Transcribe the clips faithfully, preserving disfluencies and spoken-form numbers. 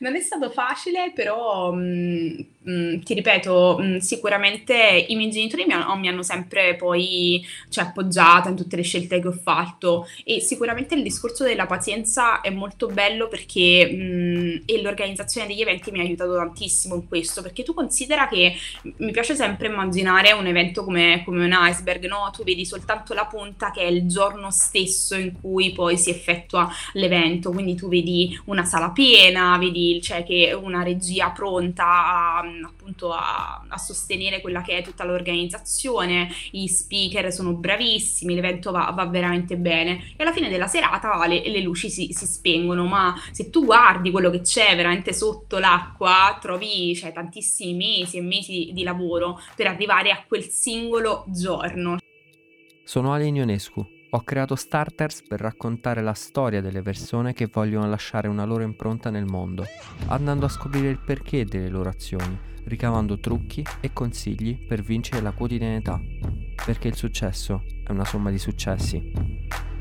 Non è stato facile, però mh, mh, ti ripeto, mh, sicuramente i miei genitori mi hanno, mi hanno sempre poi cioè, appoggiata in tutte le scelte che ho fatto e sicuramente il discorso della pazienza è molto bello perché mh, e l'organizzazione degli eventi mi ha aiutato tantissimo in questo, perché tu considera che mi piace sempre immaginare un evento come, come un iceberg, no? Tu vedi soltanto la punta che è il giorno stesso in cui poi si effettua l'evento, quindi tu vedi una sala piena, vedi cioè, che una regia pronta a, appunto a, a sostenere quella che è tutta l'organizzazione, gli speaker sono bravissimi, l'evento va, va veramente bene e alla fine della serata le, le luci si, si spengono, ma se tu guardi quello che c'è veramente sotto l'acqua, trovi cioè, tantissimi mesi e mesi di lavoro per arrivare a quel singolo giorno. Sono Ale Ionescu. Ho creato Starters per raccontare la storia delle persone che vogliono lasciare una loro impronta nel mondo, andando a scoprire il perché delle loro azioni, ricavando trucchi e consigli per vincere la quotidianità. Perché il successo è una somma di successi.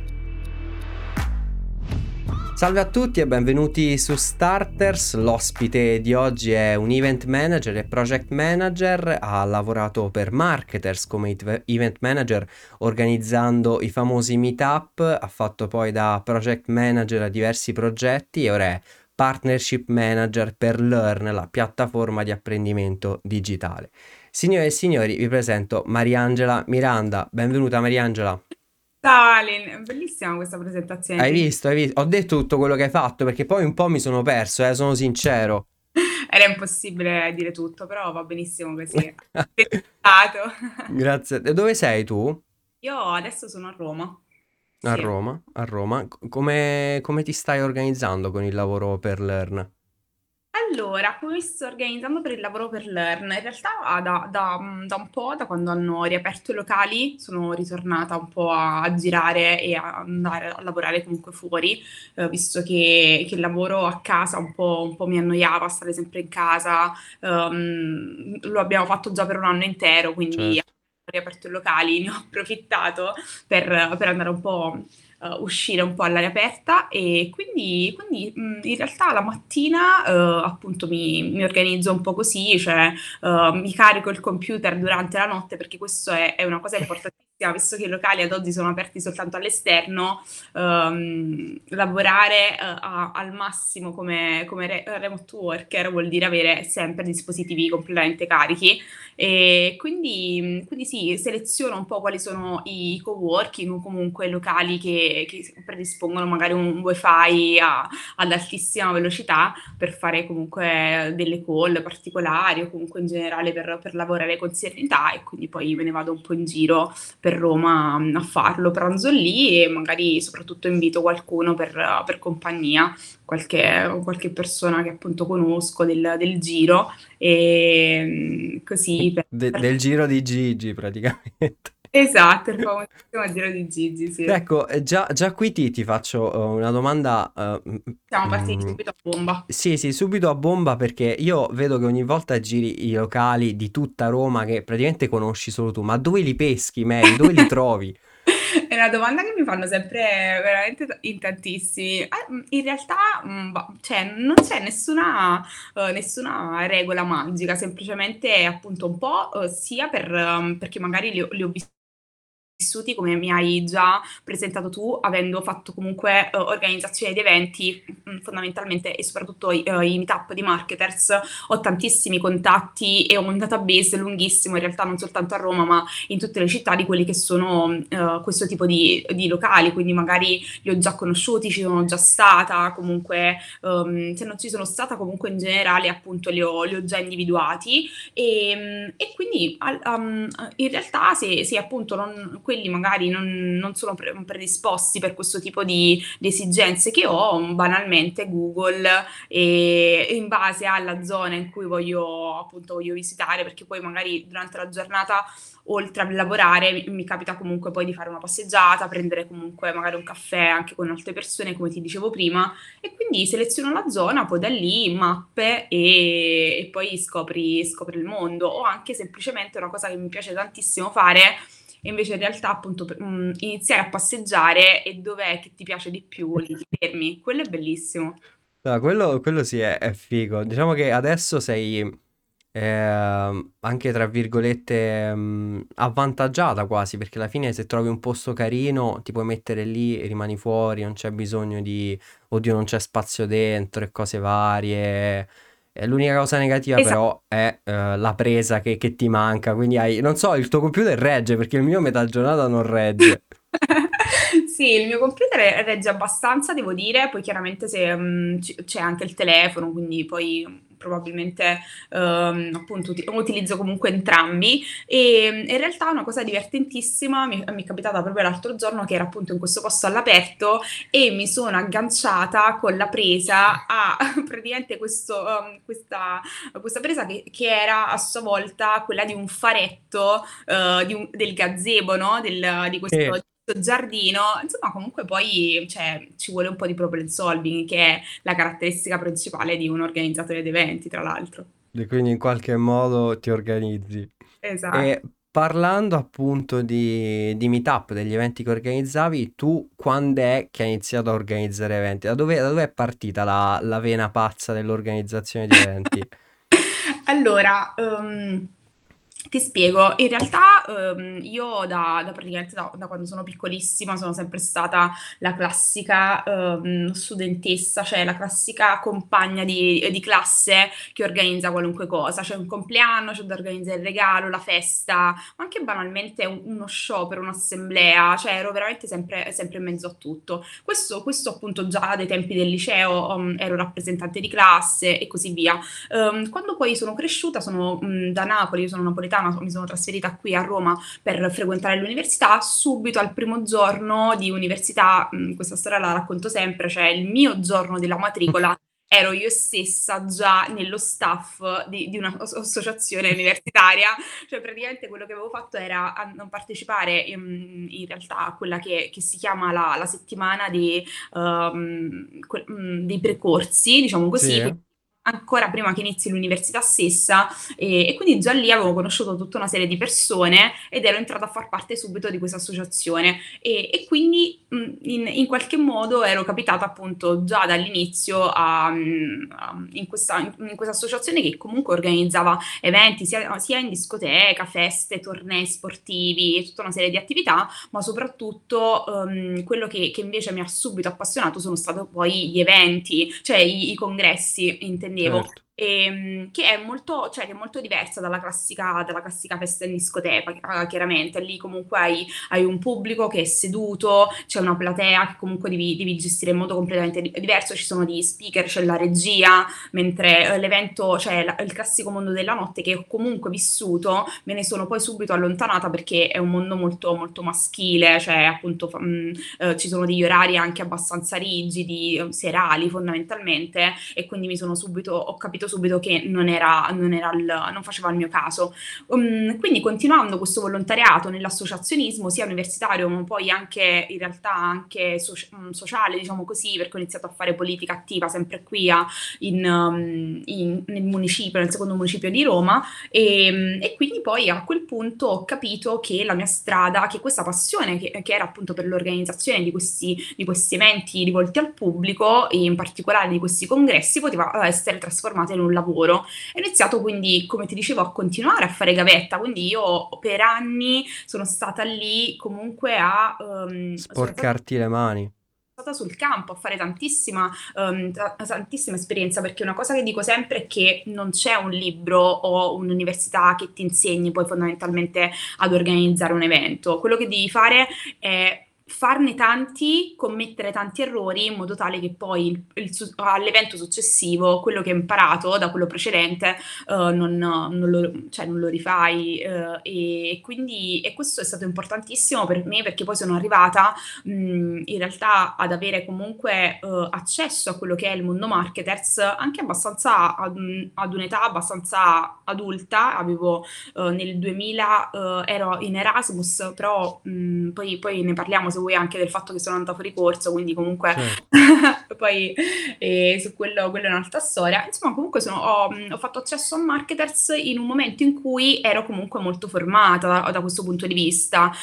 Salve a tutti e benvenuti su Starters. L'ospite di oggi è un event manager e project manager. Ha lavorato per marketers come event manager organizzando i famosi meetup. Ha fatto poi da project manager a diversi progetti e ora è partnership manager per Learn, la piattaforma di apprendimento digitale. Signore e signori, vi presento Mariangela Miranda. Benvenuta Mariangela. Ciao Alin, bellissima questa presentazione. Hai Ti- visto, hai visto? Ho detto tutto quello che hai fatto perché poi un po' mi sono perso, eh, sono sincero. Era impossibile dire tutto, però va benissimo così. Pensato. Grazie. E dove sei tu? Io adesso sono a Roma. A Sì. Roma, a Roma. C- Come, come ti stai organizzando con il lavoro per Learn? Allora, come mi sto organizzando per il lavoro per Learn? In realtà da, da- da un po', da quando hanno riaperto i locali, sono ritornata un po' a, a girare e a andare a lavorare comunque fuori, eh, visto che, che il lavoro a casa un po', un po' mi annoiava, stare sempre in casa. Ehm, lo abbiamo fatto già per un anno intero, quindi Certo. ho riaperto i locali, ne ho approfittato per, per andare un po' eh, uscire un po' all'aria aperta e quindi, quindi, mh, in realtà la mattina eh, appunto mi, mi organizzo un po' così, cioè eh, mi carico il computer durante la notte perché questo è, è una cosa importantissima, visto che i locali ad oggi sono aperti soltanto all'esterno, ehm, lavorare eh, a- al massimo come, come re- remote worker vuol dire avere sempre dispositivi completamente carichi e quindi, quindi sì, seleziono un po' quali sono i coworking o comunque locali che, che predispongono magari un wifi a- ad altissima velocità per fare comunque delle call particolari o comunque in generale per, per lavorare con serenità e quindi poi me ne vado un po' in giro per Roma mm, a farlo, pranzo lì e magari soprattutto invito qualcuno per, per compagnia, qualche, qualche persona che appunto conosco del, del giro e mm, così per, De- per- del giro di Gigi praticamente. esatto, il famosissimo giro di Gigi, sì. Ecco, eh, già, già qui ti, ti faccio eh, una domanda. eh, Siamo mm, partiti mm, subito a bomba. sì, sì, subito a bomba perché io vedo che ogni volta giri i locali di tutta Roma che praticamente conosci solo tu, ma dove li peschi, Mary? Dove li trovi? È una domanda che mi fanno sempre veramente t- in tantissimi. Ah, mm, In realtà, mm, bah, cioè, non c'è nessuna, eh, nessuna regola magica, semplicemente appunto un po' eh, sia per, ehm, perché magari li ho, li ho vissuti come mi hai già presentato tu, avendo fatto comunque eh, organizzazione di eventi mh, fondamentalmente e soprattutto i, eh, i meetup di marketers, ho tantissimi contatti e ho un database lunghissimo, in realtà non soltanto a Roma, ma in tutte le città di quelli che sono eh, questo tipo di, di locali, quindi magari li ho già conosciuti, ci sono già stata, comunque ehm, se non ci sono stata, comunque in generale appunto li ho, li ho già individuati e, e quindi al- um, in realtà se, se appunto non- quelli magari non, non sono pre- predisposti per questo tipo di, di esigenze che ho, banalmente Google e, e in base alla zona in cui voglio appunto voglio visitare, perché poi magari durante la giornata oltre a lavorare mi, mi capita comunque poi di fare una passeggiata, prendere comunque magari un caffè anche con altre persone, come ti dicevo prima, e quindi seleziono la zona, poi da lì mappe e, e poi scopri, scopri il mondo. O anche semplicemente una cosa che mi piace tantissimo fare, e invece in realtà appunto per- mm, iniziare a passeggiare e dov'è che ti piace di più, lì ti fermi. Quello è bellissimo. No, quello, quello sì è, è figo. Diciamo che adesso sei ehm, anche tra virgolette ehm, avvantaggiata quasi, perché alla fine se trovi un posto carino ti puoi mettere lì e rimani fuori, non c'è bisogno di, oddio, non c'è spazio dentro e cose varie. E l'unica cosa negativa Esatto. però è eh, la presa che, che ti manca, quindi hai, non so, il tuo computer regge perché il mio a metà giornata non regge. Sì, il mio computer regge abbastanza, devo dire, poi chiaramente se, mm, c- c'è anche il telefono, quindi poi mm, probabilmente ehm, appunto uti- utilizzo comunque entrambi. E mm, in realtà una cosa divertentissima mi, mi è capitata proprio l'altro giorno che era appunto in questo posto all'aperto e mi sono agganciata con la presa a praticamente questo, ehm, questa, questa presa che, che era a sua volta quella di un faretto eh, di un- del gazebo, no? Del- di questo E, giardino. Insomma, comunque poi cioè, ci vuole un po' di problem solving, che è la caratteristica principale di un organizzatore di eventi, tra l'altro. e quindi in qualche modo ti organizzi. Esatto. E parlando appunto di, di meetup, degli eventi che organizzavi, tu quando è che hai iniziato a organizzare eventi? Da dove, da dove è partita la, la vena pazza dell'organizzazione di eventi? Allora, ehm, ti spiego, in realtà ehm, io da, da praticamente da, da quando sono piccolissima sono sempre stata la classica ehm, studentessa, cioè la classica compagna di, di classe che organizza qualunque cosa, c'è un compleanno, c'è da organizzare il regalo, la festa, ma anche banalmente un- uno show per un'assemblea, cioè ero veramente sempre, sempre in mezzo a tutto. Questo, questo appunto già dai tempi del liceo um, ero rappresentante di classe e così via. Ehm, quando poi sono cresciuta, sono mh, da Napoli, io sono napoletana, mi sono trasferita qui a Roma per frequentare l'università, subito al primo giorno di università, mh, questa storia la racconto sempre, cioè il mio giorno della matricola, ero io stessa già nello staff di, di un'associazione universitaria, cioè praticamente quello che avevo fatto era a- non partecipare in, in realtà a quella che, che si chiama la, la settimana dei, ehm, que- mh, dei precorsi, diciamo così, Sì? quindi ancora prima che inizi l'università stessa e, e quindi già lì avevo conosciuto tutta una serie di persone ed ero entrata a far parte subito di questa associazione e, e quindi mh, in, in qualche modo ero capitata appunto già dall'inizio a, mh, a- in questa, in questa associazione che comunque organizzava eventi sia, sia in discoteca, feste, tornei sportivi, tutta una serie di attività, ma soprattutto ehm, quello che, che invece mi ha subito appassionato sono stati poi gli eventi, cioè i, i congressi, intendevo. Certo. Ehm, che è molto, cioè, che è molto diversa dalla classica, dalla classica festa in discoteca, eh, chiaramente. Lì comunque hai, hai un pubblico che è seduto, c'è una platea che comunque devi, devi gestire in modo completamente di- diverso, ci sono degli speaker, c'è la regia, mentre eh, l'evento, cioè la- il classico mondo della notte che ho comunque vissuto, me ne sono poi subito allontanata perché è un mondo molto, molto maschile, cioè appunto fa- mh, eh, ci sono degli orari anche abbastanza rigidi, eh, serali fondamentalmente, e quindi mi sono subito, ho capito subito che non era, non era il, non faceva il mio caso. Um, quindi continuando questo volontariato nell'associazionismo, sia universitario, ma poi anche in realtà anche soci- mm, sociale, diciamo così, perché ho iniziato a fare politica attiva sempre qui a- in, um, in- nel municipio, nel secondo municipio di Roma, e, e quindi poi a quel punto ho capito che la mia strada, che questa passione che, che era appunto per l'organizzazione di questi, di questi eventi rivolti al pubblico e in particolare di questi congressi poteva eh, essere trasformata in un lavoro. Ho iniziato quindi, come ti dicevo, a continuare a fare gavetta, quindi io per anni sono stata lì comunque a... ehm, sono stata Sporcarti le mani. stata sul campo a fare tantissima, ehm, ta- tantissima esperienza perché una cosa che dico sempre è che non c'è un libro o un'università che ti insegni poi fondamentalmente ad organizzare un evento. Quello che devi fare è farne tanti, commettere tanti errori in modo tale che poi il- il su- all'evento successivo quello che hai imparato da quello precedente eh, non, non lo, cioè, non lo rifai eh, e quindi e questo è stato importantissimo per me perché poi sono arrivata mh, in realtà ad avere comunque eh, accesso a quello che è il mondo marketers anche abbastanza ad, un- ad un'età abbastanza adulta, avevo eh, nel duemila eh, ero in Erasmus, però mh, poi, poi ne parliamo se voi anche del fatto che sono andata fuori corso, quindi comunque Certo. poi eh, su quello, quello è un'altra storia. Insomma, comunque sono- ho, ho fatto accesso a marketers in un momento in cui ero comunque molto formata da, da questo punto di vista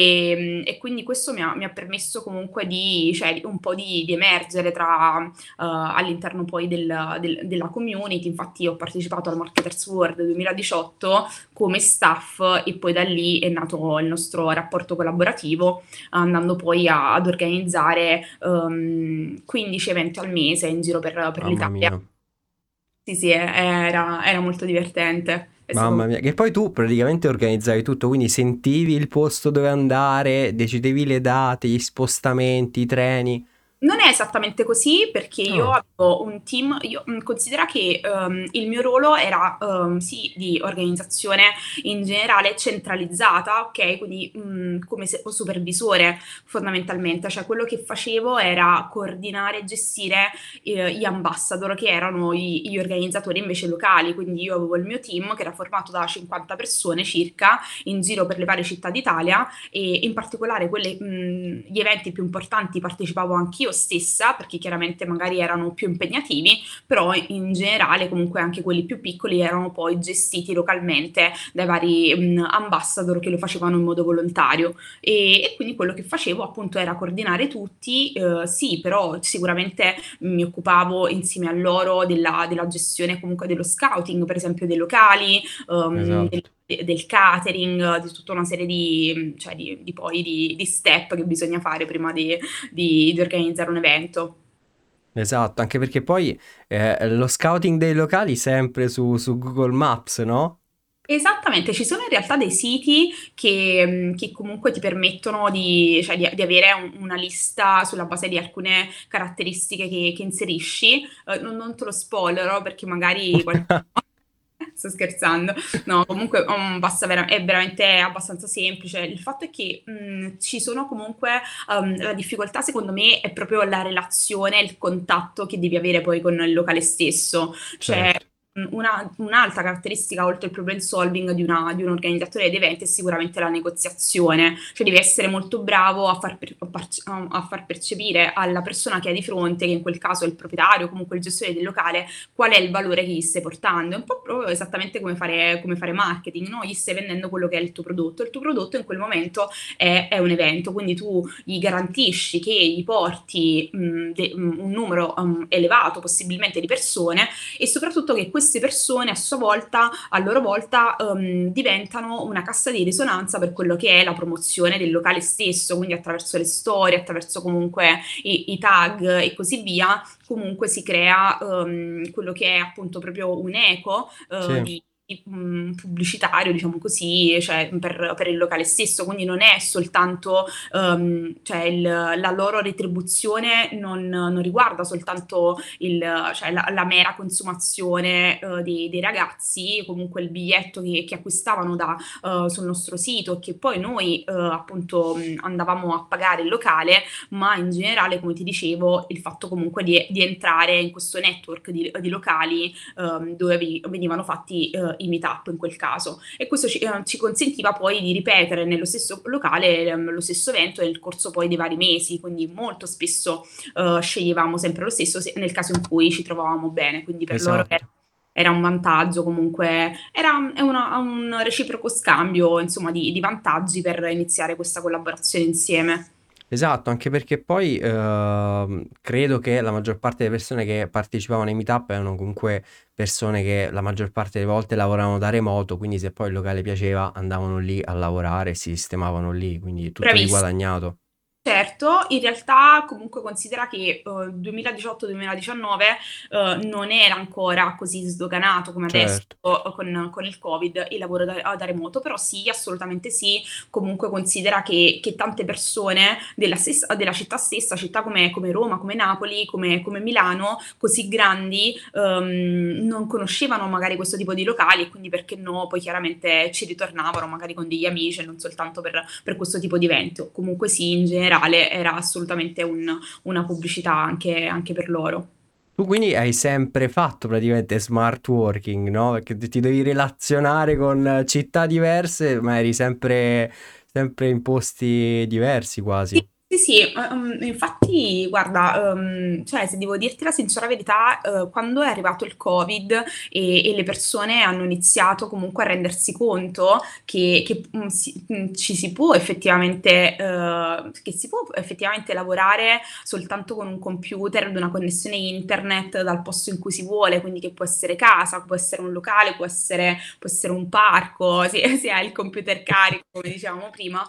e, e quindi questo mi ha, mi ha permesso comunque di, cioè, un po' di, di emergere tra, eh, all'interno poi del- del- della community. Infatti ho partecipato al Marketers World duemiladiciotto come staff e poi da lì è nato il nostro rapporto collaborativo, andando poi a- ad organizzare ehm, quindici eventi al mese in giro per, per Mamma l'Italia. mia. Sì, sì, era, era molto divertente. È Mamma stato mia, che poi tu praticamente organizzavi tutto, quindi sentivi il posto dove andare, decidevi le date, gli spostamenti, i treni. Non è esattamente così perché io Ah, avevo un team, io, mh, considera che ehm, il mio ruolo era ehm, sì di organizzazione in generale centralizzata, ok? Quindi mh, come se, supervisore fondamentalmente, cioè quello che facevo era coordinare e gestire eh, gli ambassador che erano i- gli organizzatori invece locali, quindi io avevo il mio team che era formato da cinquanta persone circa in giro per le varie città d'Italia e in particolare quelle, mh, gli eventi più importanti partecipavo anch'io stessa perché chiaramente magari erano più impegnativi, però in generale comunque anche quelli più piccoli erano poi gestiti localmente dai vari mh, ambassador che lo facevano in modo volontario e, e quindi quello che facevo appunto era coordinare tutti, eh, sì, però sicuramente mi occupavo insieme a loro della, della gestione comunque dello scouting, per esempio dei locali, ehm, del esatto. del catering, di tutta una serie di, cioè di, di poi di, di step che bisogna fare prima di, di- di organizzare un evento. Esatto, anche perché poi eh, lo scouting dei locali sempre su, su Google Maps, no? Esattamente, ci sono in realtà dei siti che, mh, che comunque ti permettono di, cioè di- di avere un- una lista sulla base di alcune caratteristiche che, che inserisci. Eh, non, non te lo spoilerò perché magari qualcuno. Sto scherzando. No, comunque um, basta vera- è veramente abbastanza semplice. Il fatto è che mh, ci sono comunque um, la difficoltà, secondo me, è proprio la relazione, il contatto che devi avere poi con il locale stesso. Cioè, Certo. mh, una- un'altra caratteristica, oltre il problem solving di, una- di un organizzatore di eventi, è sicuramente la negoziazione. Cioè, devi essere molto bravo a far, per- a par- a far percepire alla persona che hai di fronte, che in quel caso è il proprietario, comunque il gestore del locale, qual è il valore che gli stai portando. È un po' proprio esattamente come fare, come fare marketing, no? Gli stai vendendo quello che è il tuo prodotto. Il tuo prodotto in quel momento è, è un evento, quindi tu gli garantisci che gli porti mh, de- mh, un numero mh, elevato possibilmente di persone e soprattutto che queste persone a sua volta, a loro volta, um, diventano una cassa di risonanza per quello che è la promozione del locale stesso, quindi attraverso le storie, attraverso comunque i, i tag e così via, comunque si crea ehm, quello che è appunto proprio un eco eh, Sì. di, di, mh, pubblicitario, diciamo così, cioè per, per il locale stesso, quindi non è soltanto, ehm, cioè il- la loro retribuzione non, non riguarda soltanto il, cioè la, la mera consumazione eh, dei, dei ragazzi, comunque il biglietto che, che acquistavano da, eh, sul nostro sito, che poi noi eh, appunto mh, andavamo a pagare il locale, ma in generale, come ti dicevo, il fatto comunque di, di entrare in questo network di, di locali ehm, dove vi- venivano fatti eh, i meetup in quel caso. E questo ci, eh, ci consentiva poi di ripetere nello stesso locale ehm, lo stesso evento nel corso poi dei vari mesi, quindi molto spesso eh, sceglievamo sempre lo stesso se- nel caso in cui ci trovavamo bene, quindi per loro era Esatto. era un vantaggio, comunque era è una- un reciproco scambio, insomma, di, di vantaggi per iniziare questa collaborazione insieme. Esatto, anche perché poi ehm, credo che la maggior parte delle persone che partecipavano ai meetup erano comunque persone che la maggior parte delle volte lavoravano da remoto, quindi se poi il locale piaceva andavano lì a lavorare e si sistemavano lì, quindi tutto di Bravissimo. guadagnato. Certo, in realtà comunque considera che eh, duemiladiciotto-duemiladiciannove eh, non era ancora così sdoganato come adesso Certo, eh, con, con il Covid il lavoro da, da remoto, però sì, assolutamente sì, comunque considera che, che tante persone della, stessa- della città stessa, città come, come Roma, come Napoli, come, come Milano, così grandi, ehm, non conoscevano magari questo tipo di locali e quindi perché no, poi chiaramente ci ritornavano magari con degli amici e non soltanto per per questo tipo di evento. Comunque sì, in generale era assolutamente un- una pubblicità anche, anche per loro. tu quindi hai sempre fatto praticamente smart working, no? Perché ti ti devi relazionare con città diverse, ma eri sempre, sempre in posti diversi Sì, quasi. Sì, sì, uhm, infatti guarda, uhm, cioè se devo dirti la sincera verità, uhm, quando è arrivato il Covid e e le persone hanno iniziato comunque a rendersi conto che che mhmm, si mhmm, ci si può effettivamente uhm, che si può effettivamente lavorare soltanto con un computer, ad una connessione internet dal posto in cui si vuole, quindi che può essere casa, può essere un locale, può essere può essere un parco, se se hai il computer carico, come dicevamo prima.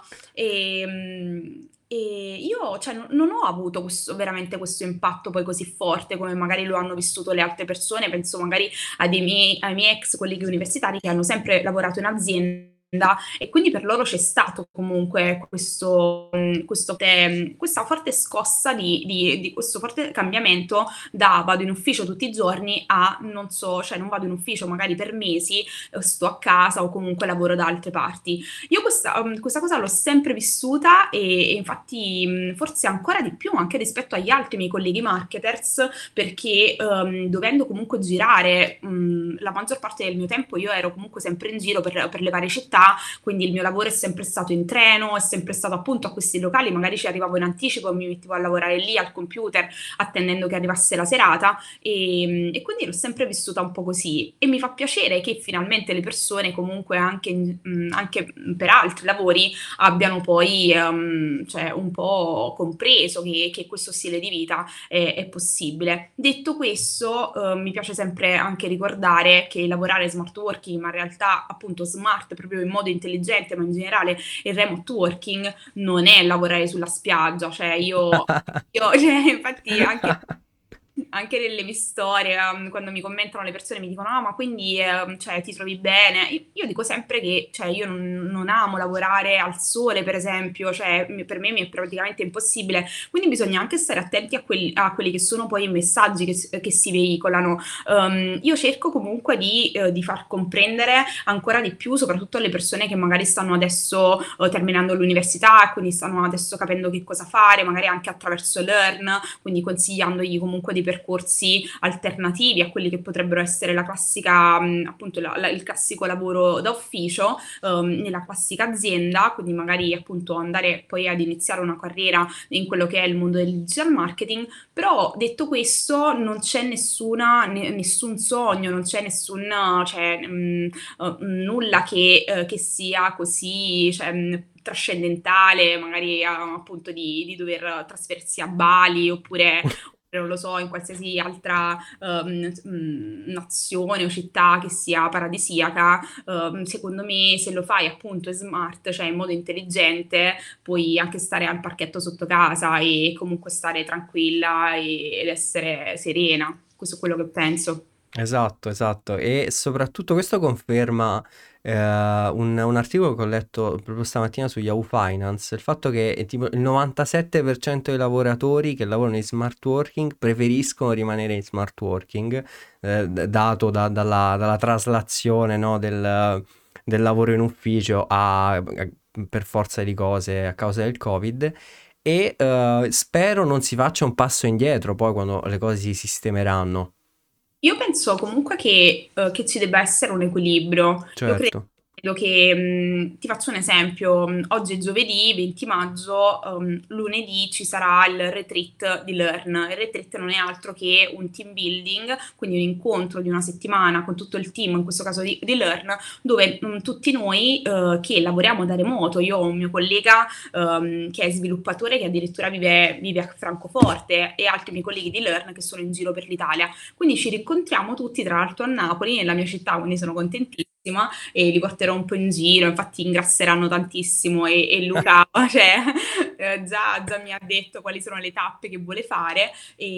Ehm, e io cioè no non ho avuto questo veramente questo impatto poi così forte come magari lo hanno vissuto le altre persone, penso magari a dei miei ai miei ex colleghi universitari che hanno sempre lavorato in azienda e quindi per loro c'è stato comunque questo mhmm, questo te questa forte scossa di di di questo forte cambiamento da vado in ufficio tutti i giorni a non so, cioè non vado in ufficio magari per mesi, uhm, sto a casa o comunque lavoro da altre parti. Io questa uhm, questa cosa l'ho sempre vissuta e e infatti, mhmm, forse ancora di più anche rispetto agli altri miei colleghi marketers, perché, uhm, dovendo comunque girare, mhmm, la maggior parte del mio tempo io ero comunque sempre in giro per per le varie città, quindi il mio lavoro è sempre stato in treno, è sempre stato appunto a questi locali, magari ci arrivavo in anticipo e mi mettevo a lavorare lì al computer attendendo che arrivasse la serata, ehm, e quindi l'ho sempre vissuta un po' così e mi fa piacere che finalmente le persone comunque anche in mhmm, anche, mhmm, per altri lavori abbiano poi, ehm, cioè un po' compreso che che questo stile di vita è è possibile. Detto questo, uhm, mi piace sempre anche ricordare che lavorare smart working, ma in realtà appunto smart proprio in modo intelligente, ma in generale il remote working non è lavorare sulla spiaggia, cioè io io cioè infatti anche anche nelle mie storie, uhm, quando mi commentano le persone mi dicono: "Ah, ma quindi, ehm, cioè ti trovi bene?" I io dico sempre che, cioè io non non amo lavorare al sole per esempio, cioè mi per me mi è praticamente impossibile. Quindi bisogna anche stare attenti a quelli a quelli che sono poi i messaggi che s che si veicolano. Uhm, io cerco comunque di uhm, di far comprendere ancora di più, soprattutto alle persone che magari stanno adesso, uhm, terminando l'università e quindi stanno adesso capendo che cosa fare, magari anche attraverso Learn, quindi consigliandogli comunque dei percorsi alternativi a quelli che potrebbero essere la classica mhmm, appunto la la il classico lavoro da ufficio, uhm, nella classica azienda, quindi magari appunto andare poi ad iniziare una carriera in quello che è il mondo del digital marketing. Però detto questo non c'è nessuna ne nessun sogno, non c'è nessun cioè, mhmm, uhm, nulla che uhm, che sia così, cioè, mhmm, trascendentale, magari a appunto di di dover trasferirsi a Bali oppure non lo so, in qualsiasi altra, uhm, s mhmm, nazione o città che sia paradisiaca. Uhm, secondo me se lo fai appunto in smart, cioè in modo intelligente, puoi anche stare al parchetto sotto casa e comunque stare tranquilla e ed essere serena. Questo è quello che penso. Esatto, esatto. E soprattutto questo conferma, ehm, un un articolo che ho letto proprio stamattina su Yahoo Finance, il fatto che eh, tipo il novantasette per cento dei lavoratori che lavorano in smart working preferiscono rimanere in smart working, eh, d- dato da- dalla, dalla traslazione, no, del, del lavoro in ufficio a, a- per forza di cose a causa del Covid. E eh, spero non si faccia un passo indietro poi quando le cose si sistemeranno. Io penso comunque che, uhm, che ci debba essere un equilibrio. Io Certo. credo che mhmm, ti faccio un esempio: mhmm, oggi è giovedì venti maggio, uhm, lunedì ci sarà il retreat di Learn. Il retreat non è altro che un team building, quindi un incontro di una settimana con tutto il team, in questo caso di di Learn, dove, mhmm, tutti noi, uhm, che lavoriamo da remoto, io ho un mio collega, uhm, che è sviluppatore che addirittura vive vive a Francoforte e altri miei colleghi di Learn che sono in giro per l'Italia. Quindi ci rincontriamo tutti, tra l'altro a Napoli, nella mia città, quindi sono contentissima e li porterò un po' in giro, infatti ingrasseranno tantissimo e, e Luca cioè, eh, già, già mi ha detto quali sono le tappe che vuole fare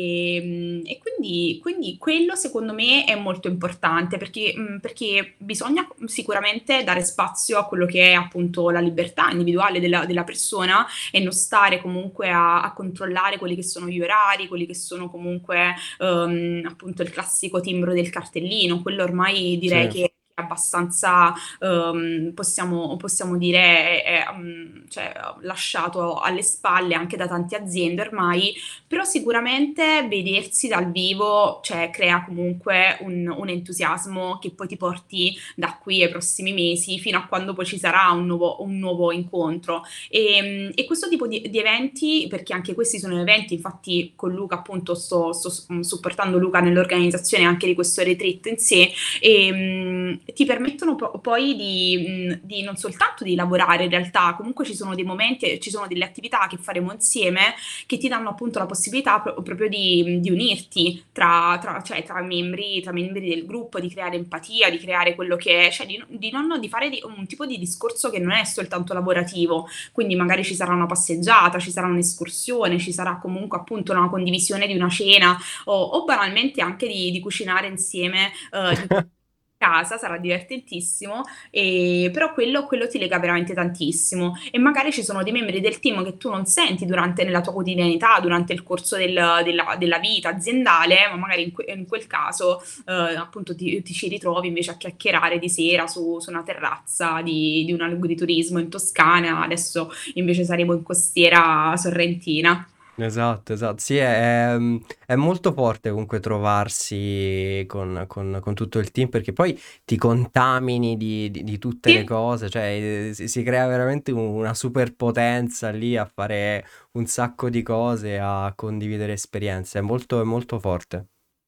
e, e quindi, quindi quello secondo me è molto importante perché, mh, perché bisogna sicuramente dare spazio a quello che è appunto la libertà individuale della, della persona e non stare comunque a, a controllare quelli che sono gli orari, quelli che sono comunque ehm, appunto il classico timbro del cartellino, quello ormai direi Sì. che abbastanza, ehm, possiamo, possiamo dire, è, è, mm, cioè, lasciato alle spalle anche da tante aziende ormai, però sicuramente vedersi dal vivo, cioè, crea comunque un, un entusiasmo che poi ti porti da qui ai prossimi mesi fino a quando poi ci sarà un nuovo, un nuovo incontro. E, e questo tipo di, di eventi, perché anche questi sono eventi, infatti con Luca appunto sto, sto supportando Luca nell'organizzazione anche di questo retreat in sé, e mh, ti permettono po- poi di, mh, di non soltanto di lavorare in realtà, comunque ci sono dei momenti, ci sono delle attività che faremo insieme che ti danno appunto la possibilità pro- proprio di, di unirti tra, tra, cioè, tra membri, tra membri del gruppo, di creare empatia, di creare quello che è, cioè di, di non di fare di- un tipo di discorso che non è soltanto lavorativo, quindi magari ci sarà una passeggiata, ci sarà un'escursione, ci sarà comunque appunto una condivisione di una cena o, o banalmente anche di, di cucinare insieme eh, di casa, sarà divertentissimo, e, però quello, quello ti lega veramente tantissimo e magari ci sono dei membri del team che tu non senti durante nella tua quotidianità, durante il corso del- della, della vita aziendale, ma magari in, que- in quel caso eh, appunto ti, ti ci ritrovi invece a chiacchierare di sera su, su una terrazza di, di un agriturismo in Toscana, adesso invece saremo in costiera sorrentina. Esatto, esatto. Sì, è, è- è molto forte comunque trovarsi con, con- con tutto il team perché poi ti contamini di, di- di tutte le Sì. cose, cioè eh, si, si crea veramente un- una superpotenza lì a fare un sacco di cose, a condividere esperienze. È molto, è molto forte.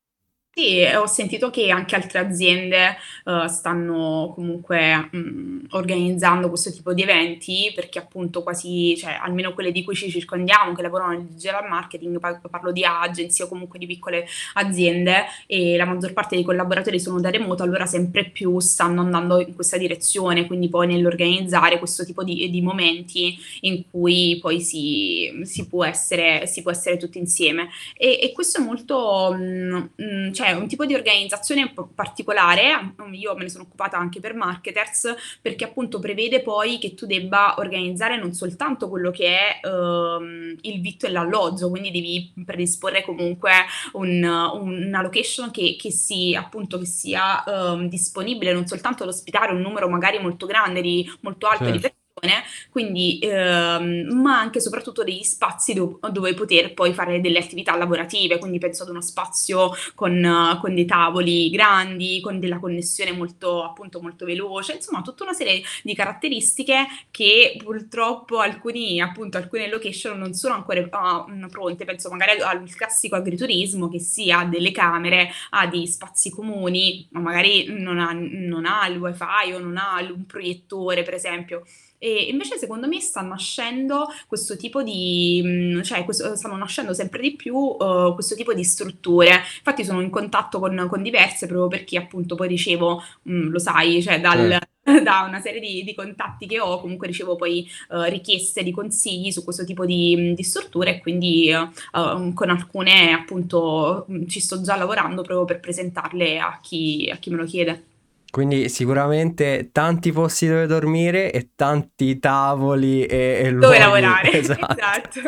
Sì, e ho sentito che anche altre aziende eh, stanno comunque mh, organizzando questo tipo di eventi perché appunto quasi, cioè almeno quelle di cui ci circondiamo, che lavorano nel digital marketing, par- parlo di agency o comunque di piccole aziende e la maggior parte dei collaboratori sono da remoto, allora sempre più stanno andando in questa direzione, quindi poi nell'organizzare questo tipo di, di momenti in cui poi si, si può essere, si può essere tutti insieme. E, e questo è molto, mh, mh, cioè un tipo di organizzazione p- particolare, mm, io me ne sono occupata anche per marketers, perché appunto prevede poi che tu debba organizzare non soltanto quello che è ehm, il vitto e l'alloggio, quindi devi predisporre comunque un- una location che, che si, appunto, che sia ehm, disponibile non soltanto ad ospitare un numero magari molto grande, di, molto alto di Certo. persone, quindi, ehm, ma anche e soprattutto degli spazi do- dove poter poi fare delle attività lavorative, quindi penso ad uno spazio con, eh, con dei tavoli grandi, con della connessione molto, appunto, molto veloce, insomma, tutta una serie di caratteristiche che purtroppo alcuni, appunto, alcune location non sono ancora ah, mm, pronte, penso magari al classico agriturismo che si ha delle camere, ha dei spazi comuni, ma magari non ha, non ha il wifi o non ha un proiettore, per esempio. E invece secondo me sta nascendo questo tipo di, mh, cioè questo- stanno nascendo sempre di più eh, questo tipo di strutture. Infatti sono in contatto con, con diverse proprio perché appunto poi ricevo, mh, lo sai, cioè dal, Certo. da una serie di, di contatti che ho, comunque ricevo poi eh, richieste di consigli su questo tipo di, di strutture e quindi eh, eh, con alcune appunto mh, ci sto già lavorando proprio per presentarle a chi, a chi me lo chiede. Quindi sicuramente tanti posti dove dormire e tanti tavoli e, e Dove luoghi. lavorare, Esatto. esatto.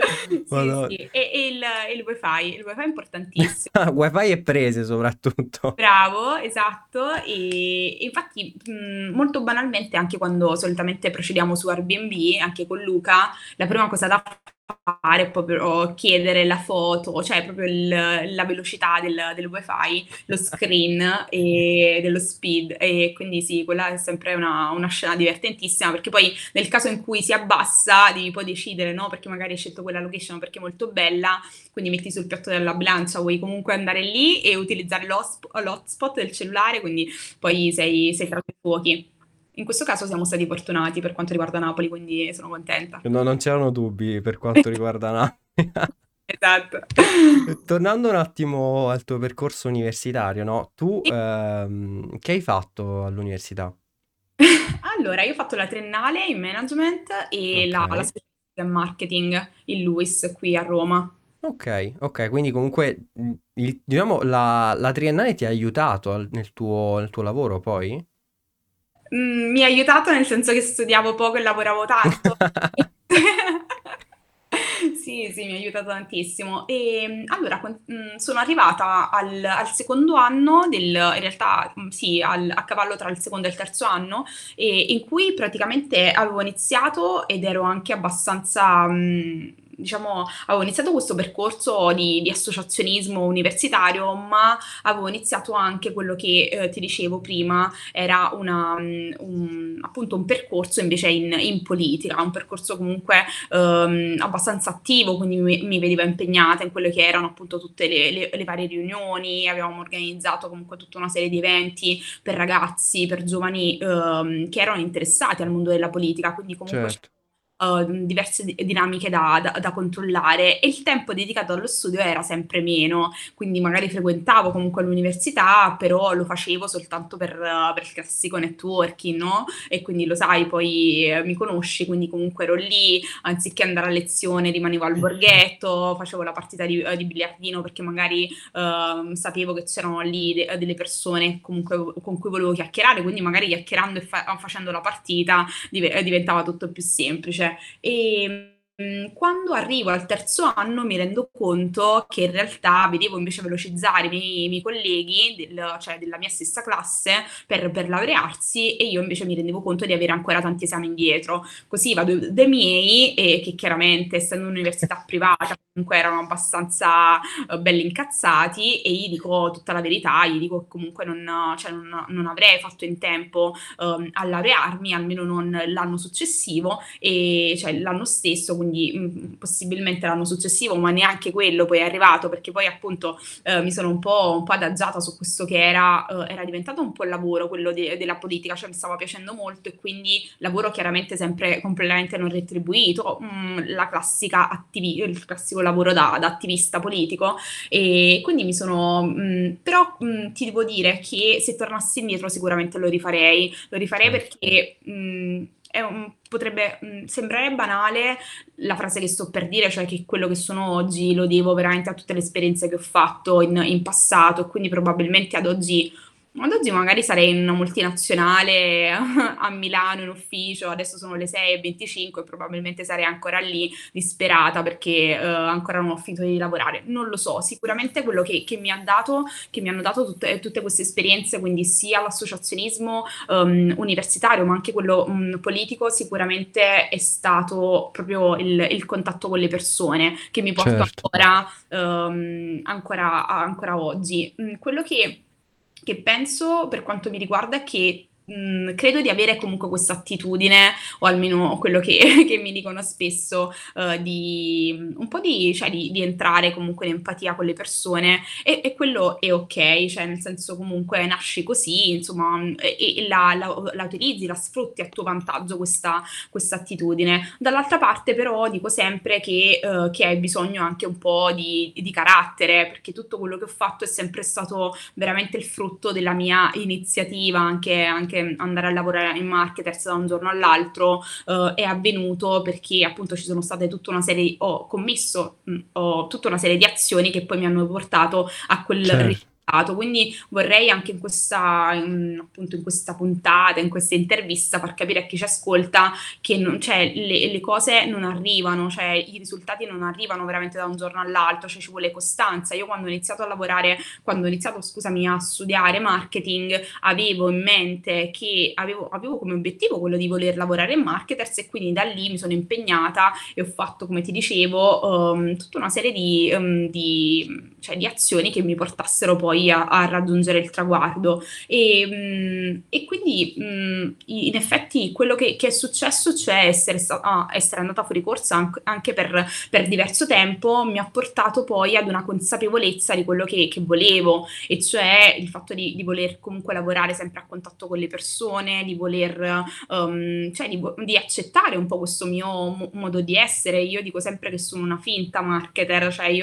Sì, Madonna. sì. E, e il, e il wifi, il wifi è importantissimo. Wifi e prese soprattutto. Bravo, esatto. E, e infatti, mh, molto banalmente, anche quando solitamente procediamo su Airbnb, anche con Luca, la prima cosa da fare è proprio chiedere la foto, cioè proprio il- la velocità del, del wifi, lo screen e dello speed. E quindi sì, quella è sempre una, una scena divertentissima, perché poi nel caso in cui si abbassa, devi poi decidere, no? Perché magari hai scelto quella location perché è molto bella, quindi metti sul piatto della bilancia, vuoi comunque andare lì e utilizzare l'hosp- l'hotspot del cellulare, quindi poi sei, sei tra due fuochi. In questo caso siamo stati fortunati per quanto riguarda Napoli, quindi sono contenta. No, non c'erano dubbi per quanto riguarda Napoli. Esatto. E tornando un attimo al tuo percorso universitario, no? Tu Sì. ehm, che hai fatto all'università? Allora, io ho fatto la triennale in management e Ok, la, la specialistica in marketing il LUISS qui a Roma. ok, ok, quindi comunque mh, il- diciamo la, la triennale ti ha aiutato al- nel tuo, nel tuo lavoro poi? Mm, mi ha aiutato nel senso che studiavo poco e lavoravo tanto. Sì, sì, mi ha aiutato tantissimo. Ehm, allora, quan- mh, sono arrivata al, al secondo anno del, in realtà, mh, sì, al- a cavallo tra il secondo e il terzo anno, e in cui praticamente avevo iniziato ed ero anche abbastanza, mh, diciamo, avevo iniziato questo percorso di, di associazionismo universitario, ma avevo iniziato anche quello che eh, ti dicevo prima, era una, mh, un, appunto un percorso invece in, in politica, un percorso comunque ehm, abbastanza attivo, quindi mi, mi vedevo impegnata in quelle che erano appunto tutte le, le- le varie riunioni, avevamo organizzato comunque tutta una serie di eventi per ragazzi, per giovani ehm, che erano interessati al mondo della politica, quindi comunque Certo. uh, diverse di- dinamiche da, da- da controllare e il tempo dedicato allo studio era sempre meno, quindi magari frequentavo comunque l'università, però lo facevo soltanto per, uh, per il classico networking, no? E quindi lo sai, poi eh, mi conosci, quindi comunque ero lì, anziché andare a lezione rimanevo al borghetto, facevo la partita di, eh, di biliardino perché magari ehm, sapevo che c'erano lì de- delle persone comunque con cui volevo chiacchierare, quindi magari chiacchierando e fa- facendo la partita div- eh, diventava tutto più semplice. E mh, quando arrivo al terzo anno mi rendo conto che in realtà vedevo invece velocizzare i miei, i miei colleghi, del- cioè della mia stessa classe, per, per laurearsi e io invece mi rendevo conto di avere ancora tanti esami indietro. Così vado dai miei, e che chiaramente essendo un'università privata comunque erano abbastanza eh, belli incazzati e gli dico tutta la verità, gli dico che comunque non, cioè, non- non avrei fatto in tempo ehm, a laurearmi, almeno non l'anno successivo, e cioè l'anno stesso, quindi mh, possibilmente l'anno successivo, ma neanche quello poi è arrivato, perché poi appunto eh, mi sono un po', un po' adagiata su questo che era, eh, era diventato un po' il lavoro, quello de- della politica, cioè mi stava piacendo molto e quindi lavoro chiaramente sempre completamente non retribuito, mh, la classica attivi- il classico lavoro da, da attivista politico e quindi mi sono, mh, però mh, ti devo dire che se tornassi indietro sicuramente lo rifarei, lo rifarei Certo. perché mh, è un- potrebbe mh, sembrare banale la frase che sto per dire, cioè che quello che sono oggi lo devo veramente a tutte le esperienze che ho fatto in, in passato e quindi probabilmente ad oggi, ad oggi magari sarei in una multinazionale a Milano in ufficio, adesso sono le sei e venticinque e probabilmente sarei ancora lì disperata perché eh, ancora non ho finito di lavorare. Non lo so, sicuramente quello che, che mi ha dato, che mi hanno dato tutte, tutte queste esperienze, quindi sia l'associazionismo ehm, universitario, ma anche quello mh, politico, sicuramente è stato proprio il, il contatto con le persone che mi porto Certo. ancora, ehm, ancora, ancora oggi. Mm, quello che, che penso per quanto mi riguarda è che mh, credo di avere comunque questa attitudine, o almeno quello che, che mi dicono spesso, eh, di un po' di, cioè, di, di entrare comunque in empatia con le persone e, e quello è ok, cioè nel senso comunque nasci così, insomma, e, e la, la- la utilizzi, la sfrutti a tuo vantaggio questa, questa attitudine. Dall'altra parte però dico sempre che, eh, che hai bisogno anche un po' di, di carattere, perché tutto quello che ho fatto è sempre stato veramente il frutto della mia iniziativa, anche, anche andare a lavorare in marketers da un giorno all'altro eh, è avvenuto perché appunto ci sono state tutta una serie, ho commesso mh, ho tutta una serie di azioni che poi mi hanno portato a quel Certo. risultato. Quindi vorrei anche in questa, in- appunto in questa puntata, in questa intervista, far capire a chi ci ascolta che non, cioè, le, le cose non arrivano, cioè i risultati non arrivano veramente da un giorno all'altro, cioè ci vuole costanza. Io quando ho iniziato a lavorare, quando ho iniziato, scusami, a studiare marketing, avevo in mente che avevo, avevo come obiettivo quello di voler lavorare in marketers e quindi da lì mi sono impegnata e ho fatto, come ti dicevo, ehm, tutta una serie di, ehm, di, cioè, di azioni che mi portassero poi a, a raggiungere il traguardo. E, mh, e quindi mh, in effetti quello che, che è successo, cioè essere, sta- ah, essere andata fuori corsa anche, anche per, per diverso tempo, mi ha portato poi ad una consapevolezza di quello che, che volevo, e cioè il fatto di, di voler comunque lavorare sempre a contatto con le persone, di voler, ehm, cioè di, vo- di accettare un po' questo mio mo- modo di essere. Io dico sempre che sono una finta marketer, cioè io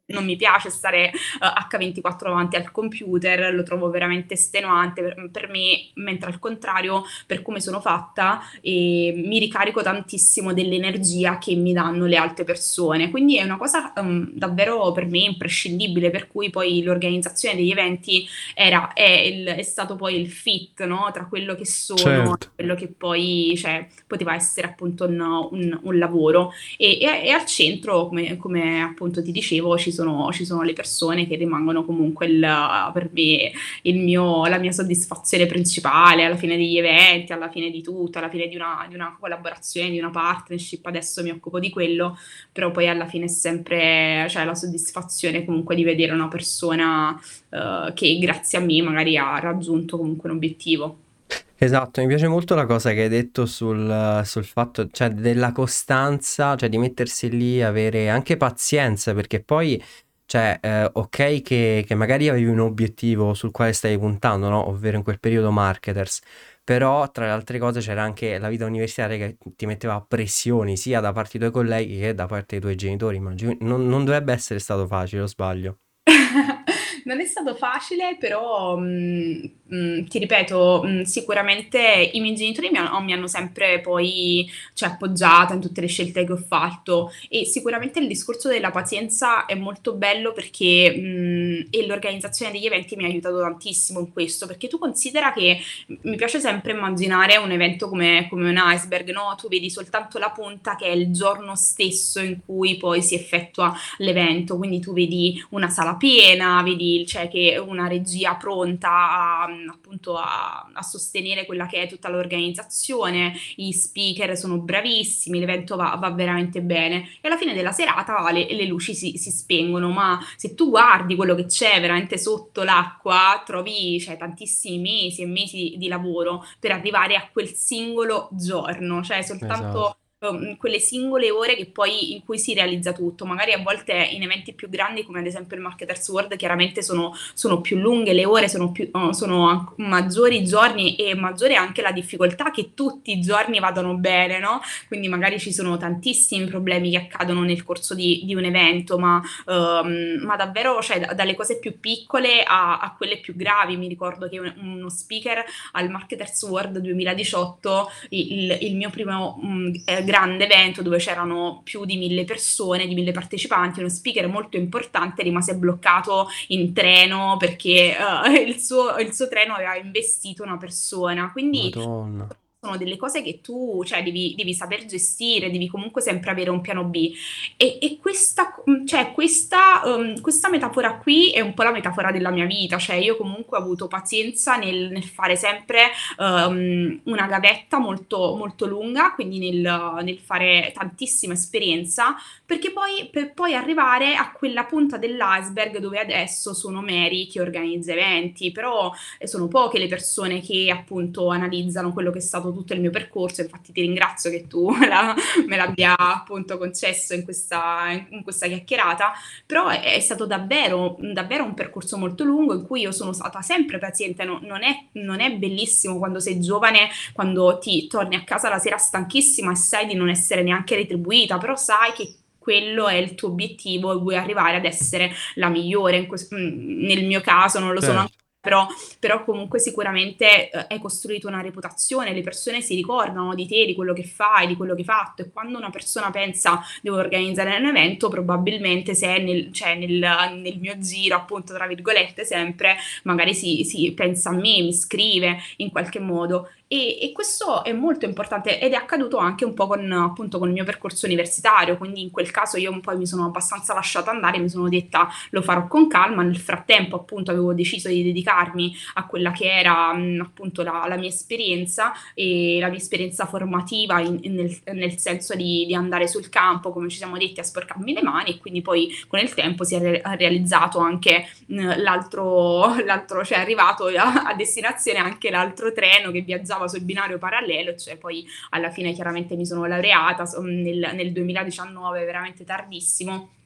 non mi piace stare uh, acca ventiquattro davanti al computer, lo trovo veramente estenuante per, per me, mentre al contrario, per come sono fatta, eh, mi ricarico tantissimo dell'energia che mi danno le altre persone. Quindi è una cosa um, davvero per me imprescindibile, per cui poi l'organizzazione degli eventi era, è, il- è stato poi il fit, no? Tra quello che sono e Certo. quello che poi cioè, poteva essere appunto un, un- un lavoro. E, e- e al centro, come, come appunto ti dicevo, ci sono, ci sono le persone che rimangono comunque il- per me il mio- la mia soddisfazione principale alla fine degli eventi, alla fine di tutto, alla fine di una, di una collaborazione, di una partnership. Adesso mi occupo di quello, però poi alla fine è sempre, cioè, la soddisfazione comunque di vedere una persona eh, che grazie a me magari ha raggiunto comunque un obiettivo. Esatto, mi piace molto la cosa che hai detto sul, sul fatto, cioè, della costanza, cioè di mettersi lì, avere anche pazienza, perché poi, cioè, eh, ok che, che magari avevi un obiettivo sul quale stavi puntando, no? Ovvero in quel periodo marketers, però tra le altre cose c'era anche la vita universitaria che ti metteva pressioni sia da parte dei tuoi colleghi che da parte dei tuoi genitori, immagino. Non, non dovrebbe essere stato facile, o sbaglio? Non è stato facile, però mh, mh, ti ripeto, mh, sicuramente i miei genitori mi hanno, mi hanno sempre poi cioè, appoggiata in tutte le scelte che ho fatto e sicuramente il discorso della pazienza è molto bello perché mh, e l'organizzazione degli eventi mi ha aiutato tantissimo in questo, perché tu considera che mi piace sempre immaginare un evento come, come un iceberg, no? Tu vedi soltanto la punta che è il giorno stesso in cui poi si effettua l'evento, quindi tu vedi una sala piena, vedi cioè, che una regia pronta a, appunto a, a sostenere quella che è tutta l'organizzazione, i speaker sono bravissimi, l'evento va, va veramente bene e alla fine della serata le, le luci si, si spengono, ma se tu guardi quello che c'è veramente sotto l'acqua, trovi cioè, tantissimi mesi e mesi di lavoro per arrivare a quel singolo giorno, cioè Esatto. soltanto um, quelle singole ore che poi in cui si realizza tutto. Magari a volte in eventi più grandi, come ad esempio il Marketers World, chiaramente sono, sono più lunghe, le ore sono, più, uh, sono an- maggiori i giorni e maggiore anche la difficoltà che tutti i giorni vadano bene, no? Quindi magari ci sono tantissimi problemi che accadono nel corso di, di un evento, ma, um, ma davvero, cioè, da- dalle cose più piccole a, a quelle più gravi. Mi ricordo che un- uno speaker al Marketers World duemiladiciotto il, il mio primo mh, eh, grande evento dove c'erano più di mille persone, di mille partecipanti, uno speaker molto importante rimase bloccato in treno perché eh, il suo, il suo treno aveva investito una persona. Quindi Madonna. sono delle cose che tu, cioè, devi, devi saper gestire, devi comunque sempre avere un piano B. E, e questa, cioè, questa, um, questa metafora qui è un po' la metafora della mia vita, cioè io comunque ho avuto pazienza nel, nel fare sempre um, una gavetta molto, molto lunga, quindi nel, nel fare tantissima esperienza, perché poi per poi arrivare a quella punta dell'iceberg dove adesso sono Mary che organizza eventi, però eh, sono poche le persone che appunto analizzano quello che è stato tutto il mio percorso, infatti ti ringrazio che tu la- me l'abbia appunto concesso in questa, in questa chiacchierata, però è, è stato davvero, davvero un percorso molto lungo in cui io sono stata sempre paziente, no- non è, non è bellissimo quando sei giovane, quando ti torni a casa la sera stanchissima e sai di non essere neanche retribuita, però sai che quello è il tuo obiettivo e vuoi arrivare ad essere la migliore. In questo- mm, nel mio caso non lo sono ancora, Certo. però, però comunque sicuramente eh, hai costruito una reputazione, le persone si ricordano di te, di quello che fai, di quello che hai fatto e quando una persona pensa devo organizzare un evento, probabilmente se è nel, cioè nel, nel mio giro, appunto, tra virgolette, sempre, magari si, si pensa a me, mi scrive in qualche modo. E, e questo è molto importante ed è accaduto anche un po' con, appunto, con il mio percorso universitario, quindi in quel caso io un po' mi sono abbastanza lasciata andare, mi sono detta lo farò con calma, nel frattempo appunto avevo deciso di dedicarmi a quella che era mh, appunto la, la mia esperienza e la mia esperienza formativa in- in- nel, nel senso di, di andare sul campo, come ci siamo detti, a sporcarmi le mani e quindi poi con il tempo si è re- realizzato anche mh, l'altro, l'altro, cioè è arrivato a, a destinazione anche l'altro treno che viaggiava sul binario parallelo, cioè poi alla fine chiaramente mi sono laureata so- nel, nel duemiladiciannove, veramente tardissimo.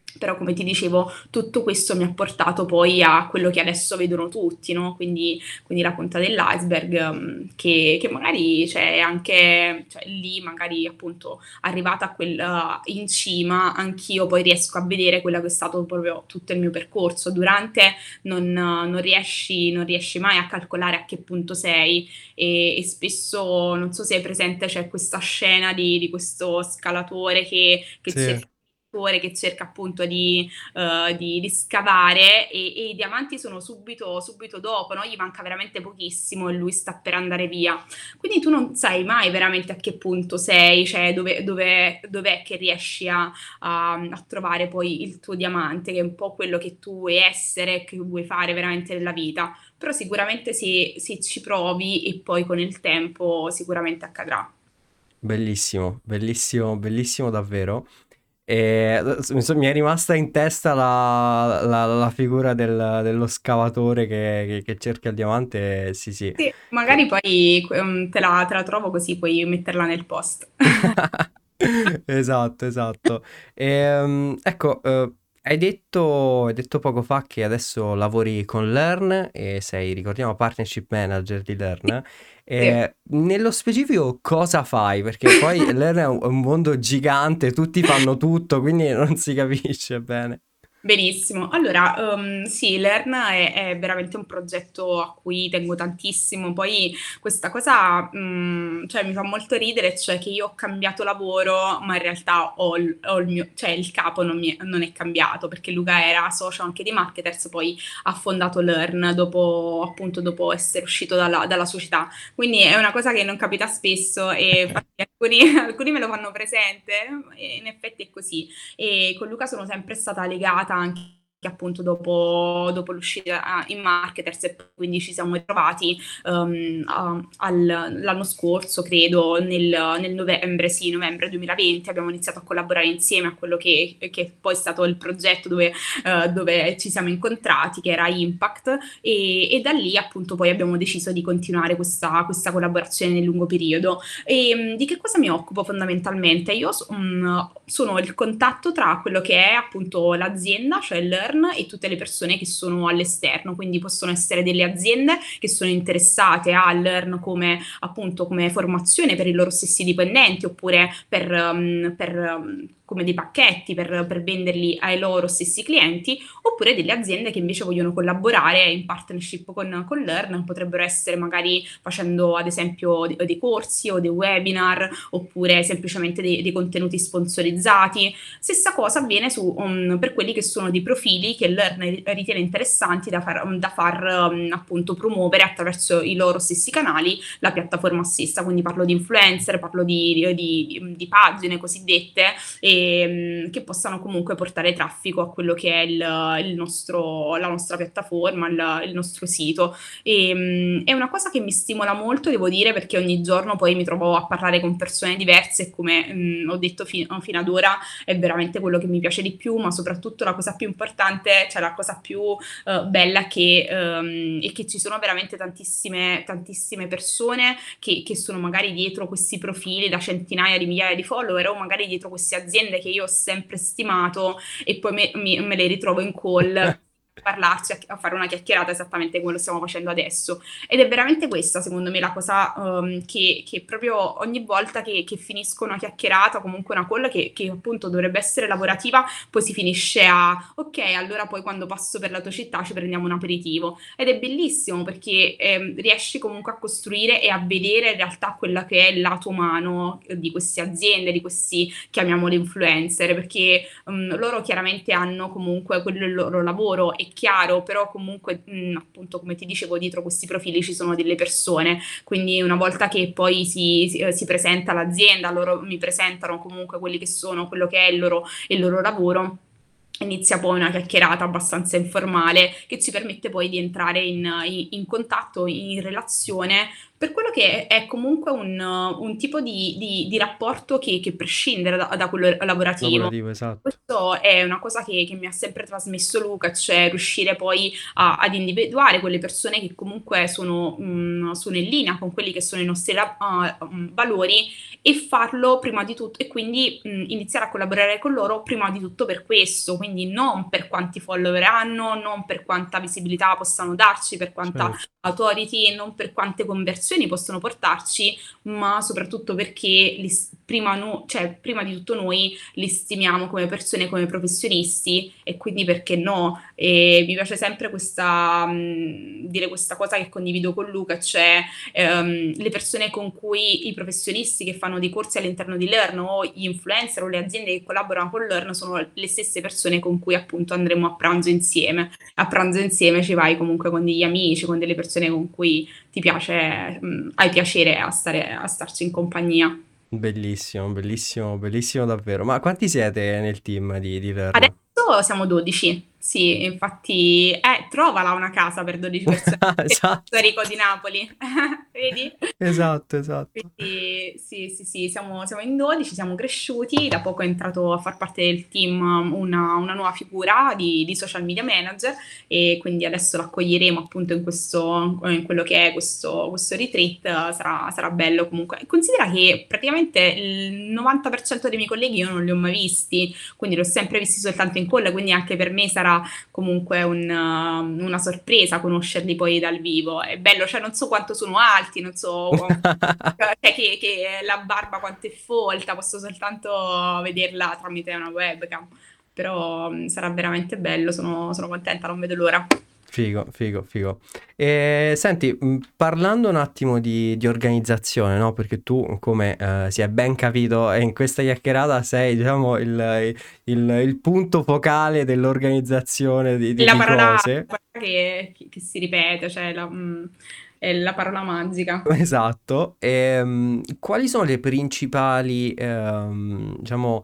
Però come ti dicevo, tutto questo mi ha portato poi a quello che adesso vedono tutti, no? Quindi, quindi la punta dell'iceberg, mm, che, che magari c'è anche, cioè, lì, magari appunto arrivata a quel, uh, in cima, anch'io poi riesco a vedere quello che è stato proprio tutto il mio percorso. Durante non, non riesci, non riesci mai a calcolare a che punto sei e, e spesso, non so se è presente, c'è questa scena di, di questo scalatore che, che Sì. cerca che cerca appunto di, uh, di, di scavare e, e i diamanti sono subito, subito dopo, no? Gli manca veramente pochissimo e lui sta per andare via. Quindi tu non sai mai veramente a che punto sei, cioè dove, dove, dov'è che riesci a, a, a trovare poi il tuo diamante, che è un po' quello che tu vuoi essere, che vuoi fare veramente nella vita. Però sicuramente se, se ci provi e poi con il tempo sicuramente accadrà. Bellissimo, bellissimo, bellissimo davvero. E mi so- mi è rimasta in testa la, la- la figura del- dello scavatore che, che- che cerca il diamante. Sì, sì. Sì, magari poi um, te la, te la trovo così puoi metterla nel post. Esatto, esatto. Ehm, ecco, eh, hai detto, hai detto poco fa che adesso lavori con Learn e sei, ricordiamo, partnership manager di Learn. Sì. Eh, nello specifico cosa fai? Perché poi Learn è un, è un mondo gigante, tutti fanno tutto, quindi non si capisce bene. Benissimo. Allora, um, sì, Learn è, è veramente un progetto a cui tengo tantissimo. Poi questa cosa, mm, cioè, mi fa molto ridere, cioè che io ho cambiato lavoro, ma in realtà ho il, ho il mio, cioè il capo non, mi è, non è cambiato, perché Luca era socio anche di Marketers, poi ha fondato Learn dopo, appunto, dopo essere uscito dalla, dalla società. Quindi è una cosa che non capita spesso e infatti alcuni, alcuni me lo fanno presente e in effetti è così. E con Luca sono sempre stata legata anche appunto dopo, dopo l'uscita in Marketers e quindi ci siamo ritrovati um, a- al- l'anno scorso, credo, nel, nel novembre, sì, novembre duemilaventi, abbiamo iniziato a collaborare insieme a quello che, che poi è stato il progetto dove, eh, dove ci siamo incontrati, che era Impact, e, e da lì appunto poi abbiamo deciso di continuare questa, questa collaborazione nel lungo periodo. E mh, di che cosa mi occupo fondamentalmente? Io so- mh, sono il contatto tra quello che è appunto l'azienda, cioè Learn, e tutte le persone che sono all'esterno, quindi possono essere delle aziende che sono interessate a Learn come appunto come formazione per i loro stessi dipendenti oppure per, um, per um, come dei pacchetti per, per venderli ai loro stessi clienti, oppure delle aziende che invece vogliono collaborare in partnership con, con Learn, potrebbero essere magari facendo ad esempio dei, dei corsi o dei webinar oppure semplicemente dei, dei contenuti sponsorizzati. Stessa cosa avviene su, um, per quelli che sono dei profili che Learn ritiene interessanti da far, da far um, appunto promuovere attraverso i loro stessi canali la piattaforma stessa, quindi parlo di influencer, parlo di, di, di, di pagine cosiddette e, um, che possano comunque portare traffico a quello che è il, il nostro, la nostra piattaforma, il, il nostro sito. E, um, è una cosa che mi stimola molto, devo dire, perché ogni giorno poi mi trovo a parlare con persone diverse e come um, ho detto fi- fino ad ora è veramente quello che mi piace di più, ma soprattutto la cosa più importante, cioè la cosa più uh, bella che, um, è che ci sono veramente tantissime, tantissime persone che, che sono magari dietro questi profili da centinaia di migliaia di follower o magari dietro queste aziende che io ho sempre stimato e poi me, mi- me le ritrovo in call parlarci, a, a fare una chiacchierata esattamente come lo stiamo facendo adesso. Ed è veramente questa, secondo me, la cosa um, che, che proprio ogni volta che, che finisco una chiacchierata o comunque una call che, che appunto dovrebbe essere lavorativa, poi si finisce a ok, allora poi quando passo per la tua città ci prendiamo un aperitivo. Ed è bellissimo perché ehm, riesci comunque a costruire e a vedere in realtà quella che è il lato umano di queste aziende, di questi, chiamiamoli influencer, perché um, loro chiaramente hanno comunque quello il loro lavoro, è chiaro, però comunque mh, appunto come ti dicevo dietro questi profili ci sono delle persone, quindi una volta che poi si, si, eh, si presenta l'azienda, loro mi presentano comunque quelli che sono, quello che è il loro, il loro lavoro. Inizia poi una chiacchierata abbastanza informale che ci permette poi di entrare in, in- in contatto, in relazione Per quello che è comunque un un tipo di di di rapporto che che prescinde da da quello lavorativo. Lavorativo, esatto. Questo è una cosa che che mi ha sempre trasmesso Luca, cioè riuscire poi a ad individuare quelle persone che comunque sono mhmm, sono in linea con quelli che sono i nostri ra uhm, valori e farlo prima di tutto e quindi, mhmm, iniziare a collaborare con loro prima di tutto per questo, quindi non per quanti follower hanno, non per quanta visibilità possano darci, per quanta Certo. authority, non per quante conversioni possono portarci, ma soprattutto perché li s prima no cioè prima di tutto noi li stimiamo come persone, come professionisti e quindi perché no. Ehm, mi piace sempre questa mhmm, dire questa cosa che condivido con Luca, cioè, ehm, le persone con cui i professionisti che fanno dei corsi all'interno di Learn o gli influencer o le aziende che collaborano con Learn sono le stesse persone con cui appunto andremo a pranzo insieme. A pranzo insieme ci vai comunque con degli amici, con delle persone con cui ti piace mhmm, hai piacere a stare a starci in compagnia. Bellissimo, bellissimo, bellissimo davvero. Ma quanti siete nel team di di Learn? Adesso siamo dodici. Sì, infatti eh, trovala una casa per dodici persone, Esatto. storico di Napoli. Vedi? Esatto, esatto. Quindi sì, sì, sì, siamo siamo in dodici, siamo cresciuti, da poco è entrato a far parte del team una una nuova figura di di social media manager e quindi adesso l'accoglieremo appunto in questo in quello che è questo questo retreat, sarà sarà bello comunque. Considera che praticamente il novanta per cento dei miei colleghi io non li ho mai visti, quindi li ho sempre visti soltanto in call, quindi anche per me sarà comunque un una sorpresa conoscerli poi dal vivo. È bello, cioè non so quanto sono alti, non so cioè che che la barba quanto è folta, posso soltanto vederla tramite una webcam, però, mhmm, sarà veramente bello, sono sono contenta, non vedo l'ora. Figo, figo, figo. E senti, mhmm, parlando un attimo di di organizzazione, no, perché tu come, ehm, si è ben capito in questa chiacchierata sei diciamo il il il punto focale dell'organizzazione di di La di parola cose. che che si ripete, cioè la mhmm, è la parola magica. Esatto. Ehm, quali sono le principali, ehm, diciamo,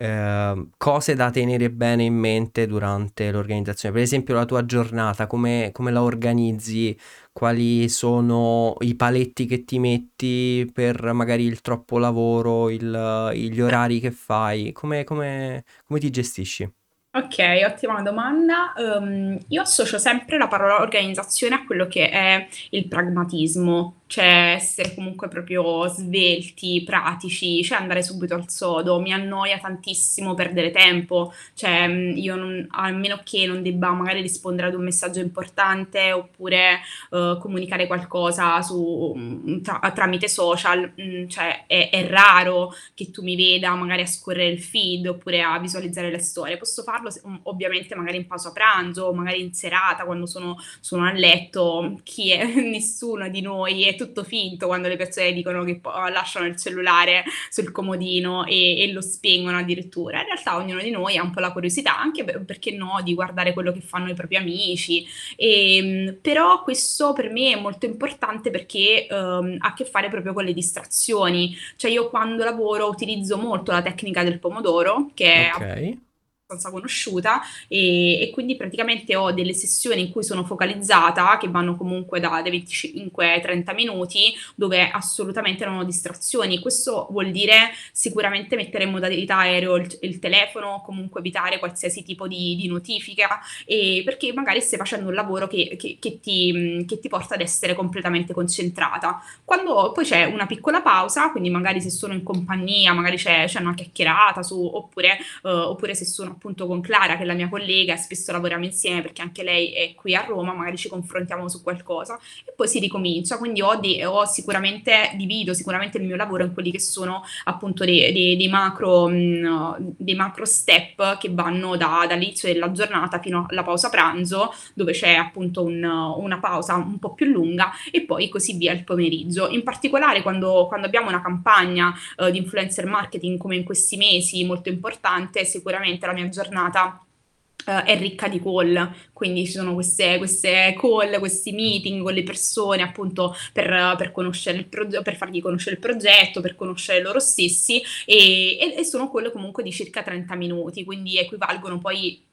ehm, cose da tenere bene in mente durante l'organizzazione? Per esempio la tua giornata, come come la organizzi? Quali sono i paletti che ti metti per magari il troppo lavoro, il gli orari che fai? Come come come ti gestisci? Okay, ottima domanda. Uhm, io associo sempre la parola organizzazione a quello che è il pragmatismo, cioè essere comunque proprio svelti, pratici, cioè andare subito al sodo. Mi annoia tantissimo perdere tempo, cioè, mhmm, io non a meno che non debba magari rispondere ad un messaggio importante oppure, uhm, comunicare qualcosa su mhmm, tra tramite social, mhmm, cioè è è raro che tu mi veda magari a scorrere il feed oppure a visualizzare le storie. Posso farlo se mhmm, ovviamente magari in pausa pranzo, magari in serata quando sono sono a letto. Chi è? Nessuno di noi, è tutto finto quando le persone dicono che po lasciano il cellulare sul comodino e e lo spengono addirittura. In realtà ognuno di noi ha un po' la curiosità, anche per perché no, di guardare quello che fanno i propri amici. Ehm, però questo per me è molto importante perché, uhm, ha a che fare proprio con le distrazioni. Cioè io quando lavoro utilizzo molto la tecnica del pomodoro, che è Okay. abbastanza conosciuta e e quindi praticamente ho delle sessioni in cui sono focalizzata, che vanno comunque da dai venticinque ai trenta minuti, dove assolutamente non ho distrazioni. Questo vuol dire sicuramente mettere in modalità aereo il c il telefono, o comunque evitare qualsiasi tipo di di notifica, ehm, perché magari stai facendo un lavoro che che che ti mhmm, che ti porta ad essere completamente concentrata. Quando poi c'è una piccola pausa, quindi magari se sono in compagnia, magari c'è c'è una chiacchierata su oppure uhm, oppure se sono appunto con Clara, che è la mia collega, e spesso lavoriamo insieme perché anche lei è qui a Roma, magari ci confrontiamo su qualcosa e poi si ricomincia. Quindi ho de ho sicuramente divido sicuramente il mio lavoro in quelli che sono appunto dei dei dei macro mhmm, dei macro step che vanno da dall'inizio della giornata fino alla pausa pranzo, dove c'è appunto un una pausa un po' più lunga e poi così via il pomeriggio. In particolare quando quando abbiamo una campagna, uhm, di influencer marketing come in questi mesi molto importante, sicuramente la mia giornata, uhm, è ricca di call. Quindi ci sono queste queste call, questi meeting con le persone appunto per per conoscere il proge per fargli conoscere il progetto, per conoscere loro stessi, ehm, e e sono call comunque di circa trenta minuti, quindi equivalgono poi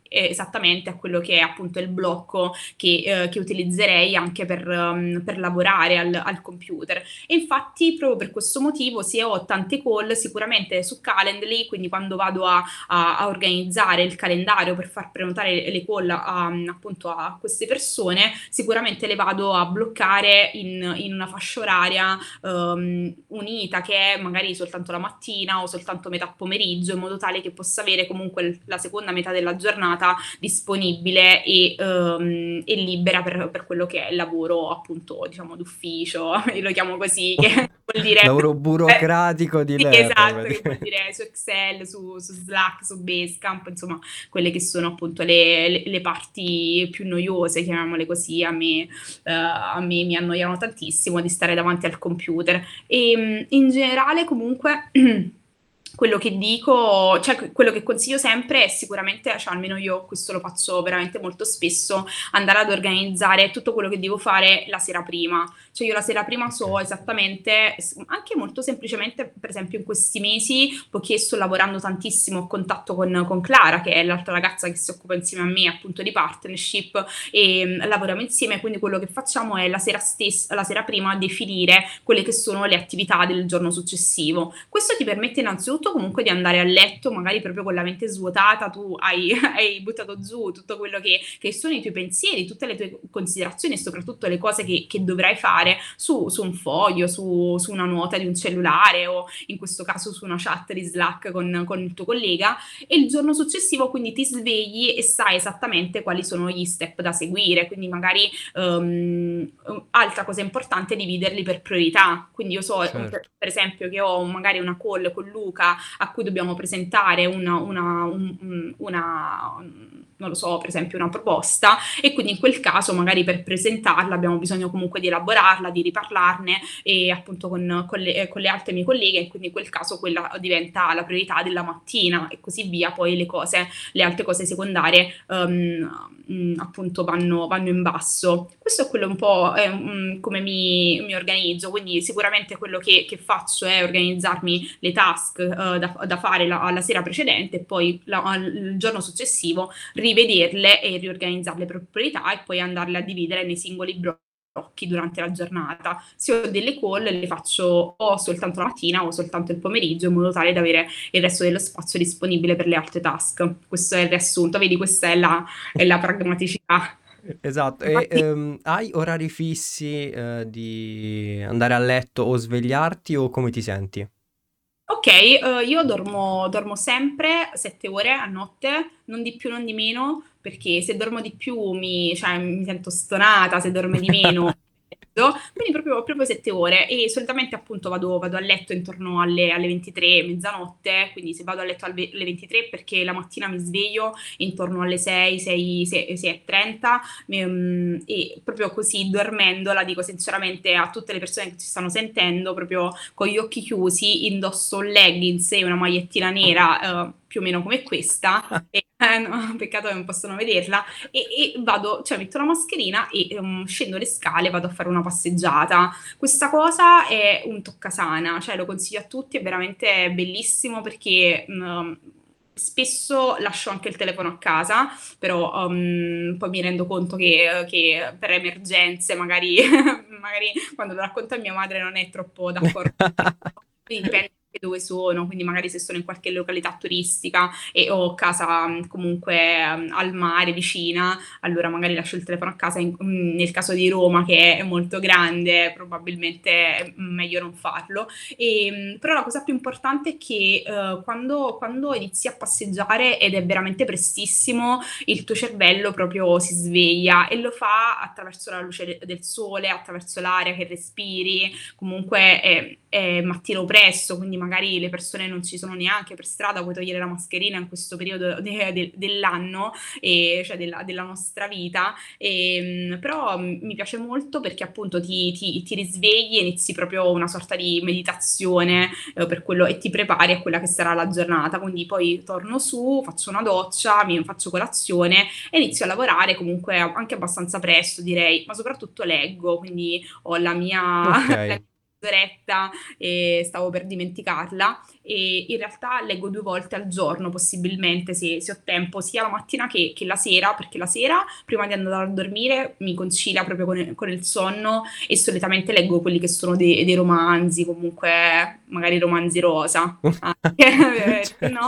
eh, esattamente a quello che è appunto il blocco che, eh, che utilizzerei anche per, um, per lavorare al, al computer. E infatti proprio per questo motivo, se ho tante call, sicuramente su Calendly, quindi quando vado a, a- a organizzare il calendario per far prenotare le call a, appunto a queste persone, sicuramente le vado a bloccare in, in una fascia oraria ehm, unita, che è magari soltanto la mattina o soltanto metà pomeriggio, in modo tale che possa avere comunque il- la seconda metà della giornata disponibile e, ehm, e libera per, per quello che è il lavoro appunto diciamo d'ufficio, io lo chiamo così, che vuol dire... Lavoro eh, burocratico di sì, Lerner, esatto, che vuol praticamente. dire su Excel, su, su Slack, su Basecamp, insomma, quelle che sono appunto le, le- le parti più noiose, chiamiamole così, a me, eh, a me mi annoiano tantissimo di stare davanti al computer. E mh, in generale, comunque, quello che dico, cioè que- quello che consiglio sempre è sicuramente, cioè almeno io questo lo faccio veramente molto spesso, andare ad organizzare tutto quello che devo fare la sera prima. Cioè io la sera prima Ok, so esattamente, s- anche molto semplicemente, per esempio in questi mesi, poiché sto lavorando tantissimo a contatto con, con Clara, che è l'altra ragazza che si occupa insieme a me appunto di partnership, e mm, lavoriamo insieme, quindi quello che facciamo è la sera stessa, la sera prima definire quelle che sono le attività del giorno successivo. Questo ti permette innanzitutto comunque di andare a letto, magari proprio con la mente svuotata, tu hai, hai buttato giù tutto quello che, che sono i tuoi pensieri, tutte le tue considerazioni e soprattutto le cose che, che dovrai fare su, su un foglio, su, su una nota di un cellulare o in questo caso su una chat di Slack con, con il tuo collega, e il giorno successivo quindi ti svegli e sai esattamente quali sono gli step da seguire, quindi magari um, altra cosa importante è dividerli per priorità, quindi io so per, certo. per esempio che ho magari una call con Luca a cui dobbiamo presentare una, una, un- una, non lo so, per esempio una proposta, e quindi in quel caso magari per presentarla abbiamo bisogno comunque di elaborarla, di riparlarne e appunto con, con le, con le altre mie colleghe, e quindi in quel caso quella diventa la priorità della mattina e così via, poi le cose, le altre cose secondarie um, mh, appunto vanno, vanno in basso. Questo è quello un po' eh, mh, come mi, mi organizzo, quindi sicuramente quello che, che faccio è organizzarmi le task eh, da, da fare la, la sera precedente e poi la- il giorno successivo rivederle e riorganizzarle per priorità e poi andarle a dividere nei singoli blocchi durante la giornata. Se ho delle call le faccio o soltanto la mattina o soltanto il pomeriggio in modo tale da avere il resto dello spazio disponibile per le altre task. Questo è il riassunto, vedi, questa è la, è la pragmaticità. Esatto, e Infatti, ehm, hai orari fissi eh, di andare a letto o svegliarti o come ti senti? ok, eh, io dormo, dormo sempre sette ore a notte, non di più, non di meno, perché se dormo di più mi, cioè, mi sento stonata, se dormo di meno quindi proprio, proprio sette ore e solitamente appunto vado, vado a letto intorno alle, alle ventitré, mezzanotte, quindi se vado a letto alle alle ventitré perché la mattina mi sveglio intorno alle sei, sei, sei, sei e trenta ehm, e proprio così dormendo, la dico sinceramente a tutte le persone che ci stanno sentendo, proprio con gli occhi chiusi, indosso un leggings e una magliettina nera eh, più o meno come questa, e, eh, no, peccato che non possono vederla, e, e vado, cioè metto la mascherina e um, scendo le scale, vado a fare una passeggiata. Questa cosa è un toccasana, cioè lo consiglio a tutti, è veramente bellissimo perché um, spesso lascio anche il telefono a casa, però um, poi mi rendo conto che, che per emergenze, magari, magari quando lo racconto a mia madre non è troppo d'accordo. Quindi dipende anche dove sono, quindi magari se sono in qualche località turistica e ho casa mh, comunque mh, al mare vicina, allora magari lascio il telefono a casa. In- mh, nel caso di Roma, che è molto grande, probabilmente è meglio non farlo. E, mh, però la cosa più importante è che eh, quando, quando inizi a passeggiare ed è veramente prestissimo, il tuo cervello proprio si sveglia e lo fa attraverso la luce del sole, attraverso l'aria che respiri, comunque è, è mattino presto, quindi magari le persone non ci sono neanche per strada, puoi togliere la mascherina in questo periodo de- de- dell'anno, e, cioè della, della nostra vita, e, mh, però mh, mi piace molto perché appunto ti, ti- ti risvegli e inizi proprio una sorta di meditazione eh, per quello, e ti prepari a quella che sarà la giornata, quindi poi torno su, faccio una doccia, mi faccio colazione e inizio a lavorare comunque anche abbastanza presto direi, ma soprattutto leggo, quindi ho la mia, Ok, la mezz'oretta e stavo per dimenticarla. E in realtà leggo due volte al giorno, possibilmente, se, se ho tempo, sia la mattina che, che la sera, perché la sera, prima di andare a dormire, mi concilia proprio con il, con il sonno e solitamente leggo quelli che sono dei, dei romanzi, comunque magari romanzi rosa, anche, perché Certo. no?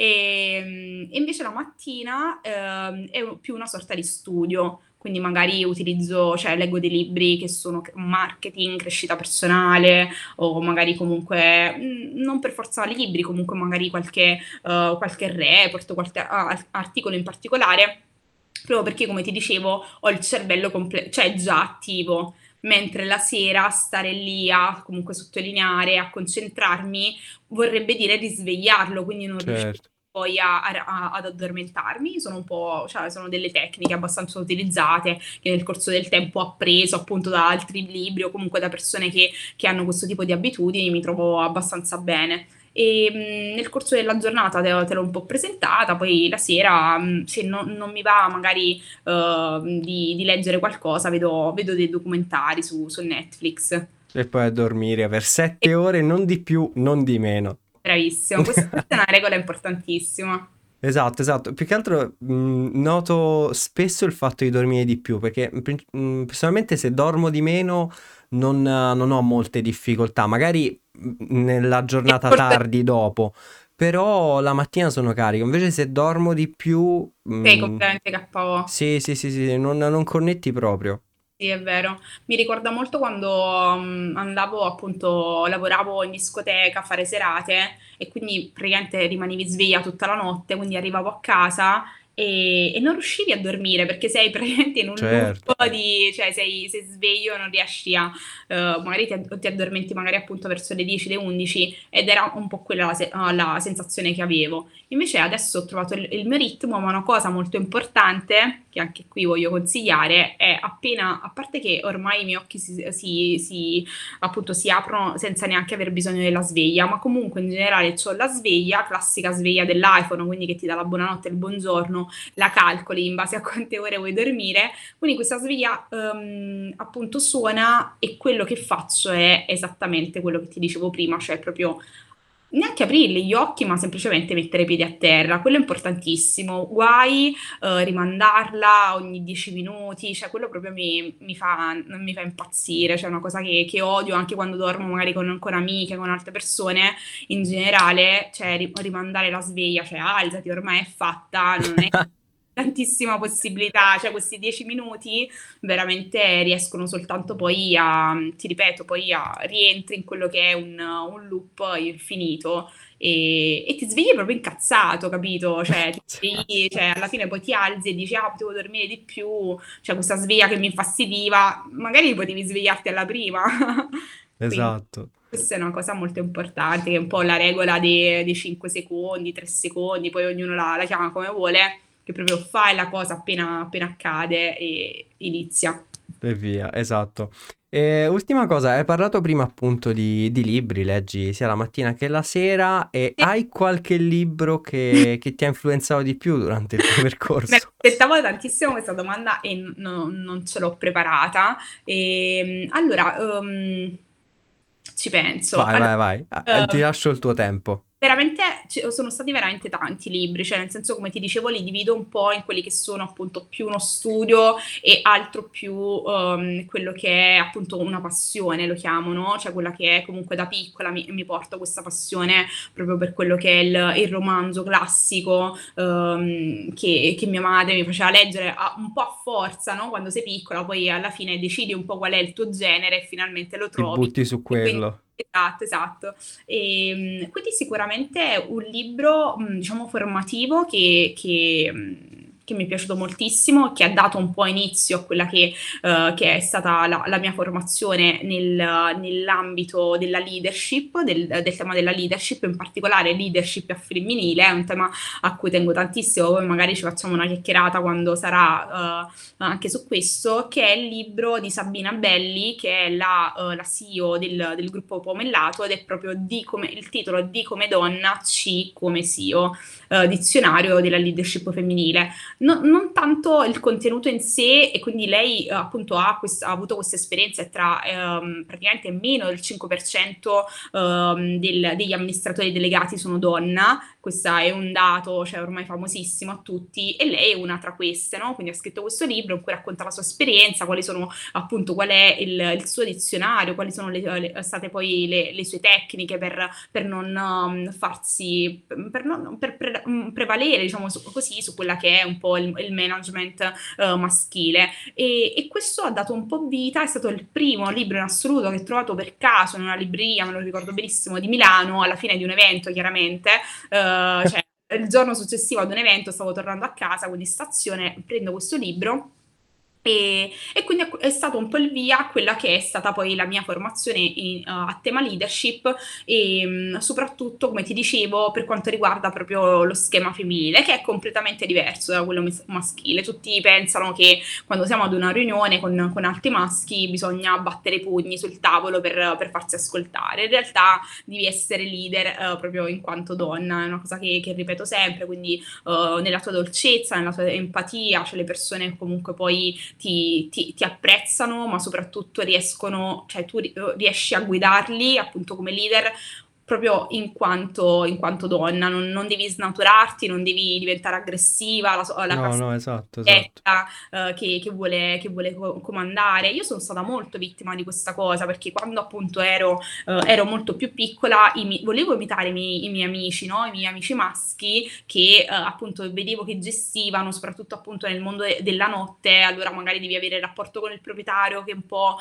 E, mm, e invece la mattina ehm, è più una sorta di studio, quindi magari utilizzo, cioè leggo dei libri che sono marketing, crescita personale o magari comunque mh, non per forza libri, comunque magari qualche, eh, qualche report, qualche a- articolo in particolare, proprio perché come ti dicevo ho il cervello comple- cioè già attivo. Mentre la sera stare lì a comunque sottolineare, a concentrarmi, vorrebbe dire risvegliarlo, quindi non riuscire Certo. poi a- a- ad addormentarmi. Sono un po', cioè, sono delle tecniche abbastanza utilizzate che nel corso del tempo ho appreso appunto da altri libri o comunque da persone che, che hanno questo tipo di abitudini, mi trovo abbastanza bene. E mh, nel corso della giornata te, te l'ho un po' presentata, poi la sera, mh, se non, non mi va magari eh, di, di leggere qualcosa, vedo, vedo dei documentari su, su Netflix. E poi a dormire per sette ore, non di più, non di meno. Bravissimo, questa, questa è una regola importantissima. Esatto, esatto. Più che altro mh, noto spesso il fatto di dormire di più, perché prin- mh, personalmente se dormo di meno non, eh, non ho molte difficoltà, magari mh, nella E giornata forse tardi dopo, però la mattina sono carico. Invece se dormo di più, sei mh, completamente K O. sì, sì, sì, sì, non, non connetti proprio. Sì, è vero. Mi ricorda molto quando mm, andavo appunto, lavoravo in discoteca a fare serate e quindi praticamente rimanevi sveglia tutta la notte, quindi arrivavo a casa e, e non riuscivi a dormire perché sei praticamente in un Certo. loop di, cioè sei, sei sveglio, non riesci a, eh, magari ti, ad- ti addormenti magari appunto verso le dieci, le undici ed era un po' quella la, se- la sensazione che avevo. Invece adesso ho trovato il, il mio ritmo, ma una cosa molto importante, che anche qui voglio consigliare, è appena, a parte che ormai i miei occhi si, si- si- appunto si aprono senza neanche aver bisogno della sveglia, ma comunque in generale ho la sveglia, classica sveglia dell'iPhone, quindi che ti dà la buonanotte e il buongiorno, la calcoli in base a quante ore vuoi dormire, quindi questa sveglia ehm, appunto suona e quello che faccio è esattamente quello che ti dicevo prima, cioè proprio neanche aprirli gli occhi, ma semplicemente mettere i piedi a terra. Quello è importantissimo. Guai eh, rimandarla ogni dieci minuti, cioè quello proprio mi, mi fa, mi fa impazzire, cioè è una cosa che, che odio anche quando dormo magari con, con amiche, con altre persone, in generale, cioè ri- rimandare la sveglia, cioè alzati, ormai è fatta, non è tantissima possibilità, cioè questi dieci minuti veramente riescono soltanto poi a, ti ripeto, poi a rientri in quello che è un, un loop infinito e, e ti svegli proprio incazzato, capito? Cioè, ti svegli, cioè, alla fine poi ti alzi e dici, ah, potevo dormire di più, cioè questa sveglia che mi infastidiva, magari potevi svegliarti alla prima. Quindi Esatto. questa è una cosa molto importante, che è un po' la regola dei, dei cinque secondi, tre secondi, poi ognuno la, la chiama come vuole, che proprio fai la cosa appena, appena accade e inizia. E via, esatto. E ultima cosa, hai parlato prima appunto di, di libri, leggi sia la mattina che la sera e Sì. hai qualche libro che, che ti ha influenzato di più durante il tuo Me percorso? l'aspettavo tantissimo questa domanda e n- no- non ce l'ho preparata. E, allora, ehm, ci penso. Vai, Allora, vai, vai, Ah, eh, ti ehm, lascio il tuo tempo. veramente ci- sono stati veramente tanti libri, cioè nel senso come ti dicevo li divido un po' in quelli che sono appunto più uno studio e altro più ehm, quello che è appunto una passione, lo chiamo, no? Cioè quella che è comunque da piccola mi, mi porto questa passione proprio per quello che è il, il romanzo classico ehm, che, che mia madre mi faceva leggere a- un po' a forza, no? Quando sei piccola, poi alla fine decidi un po' qual è il tuo genere e finalmente lo Ti trovi. butti su E quindi, quello. esatto, esatto. E, mh, quindi sicuramente è un libro, mh, diciamo, formativo che, che, mh, che mi è piaciuto moltissimo, che ha dato un po' inizio a quella che, eh, che è stata la, la mia formazione nel- nell'ambito della leadership, del, del tema della leadership, in particolare leadership a femminile, è un tema a cui tengo tantissimo, poi magari ci facciamo una chiacchierata quando sarà, eh, anche su questo, che è il libro di Sabina Belli, che è la, eh, la C E O del, del gruppo Pomellato, ed è proprio di come, il titolo è D come donna, C come C E O, eh, dizionario della leadership femminile. no non tanto il contenuto in sé e quindi lei, uhm, appunto ha ques ha avuto questa esperienza e tra, ehm, praticamente meno del cinque per cento, uhm, del degli amministratori delegati sono donna, questa è un dato, cioè ormai famosissimo a tutti, e lei è una tra queste, no, quindi ha scritto questo libro in cui racconta la sua esperienza, quali sono appunto qual è il il suo dizionario, quali sono le le state poi le le sue tecniche per per non, mhmm, farsi p per non per pre mhmm, prevalere diciamo su così, su quella che è un po' il il management, uhm, maschile. E e questo ha dato un po' vita, è stato il primo libro in assoluto che ho trovato per caso in una libreria, me lo ricordo benissimo, di Milano, alla fine di un evento chiaramente, uhm, cioè il giorno successivo ad un evento stavo tornando a casa, quindi stazione, prendo questo libro e e quindi è q è stato un po' il via a quella che è stata poi la mia formazione in uhm, a tema leadership, ehm, soprattutto, come ti dicevo, per quanto riguarda proprio lo schema femminile, che è completamente diverso da quello mes maschile. Tutti pensano che quando siamo ad una riunione con con altri maschi bisogna battere i pugni sul tavolo per per farsi ascoltare. In realtà devi essere leader, uhm, proprio in quanto donna, è una cosa che che ripeto sempre, quindi, uhm, nella tua dolcezza, nella tua empatia, cioè le persone comunque poi ti ti ti apprezzano, ma soprattutto riescono cioè tu ri uhm, riesci a guidarli appunto come leader proprio in quanto in quanto donna, non non devi snaturarti, non devi diventare aggressiva, la so la No, classica no, esatto, esatto. maschetta, uhm, che che vuole che vuole co comandare. Io son stata molto vittima di questa cosa, perché quando appunto ero uhm, ero molto più piccola i mi volevo imitare i miei i miei amici, no, i miei amici maschi che, uhm, appunto vedevo che gestivano, soprattutto appunto nel mondo de della notte, allora magari devi avere il rapporto con il proprietario che è un po',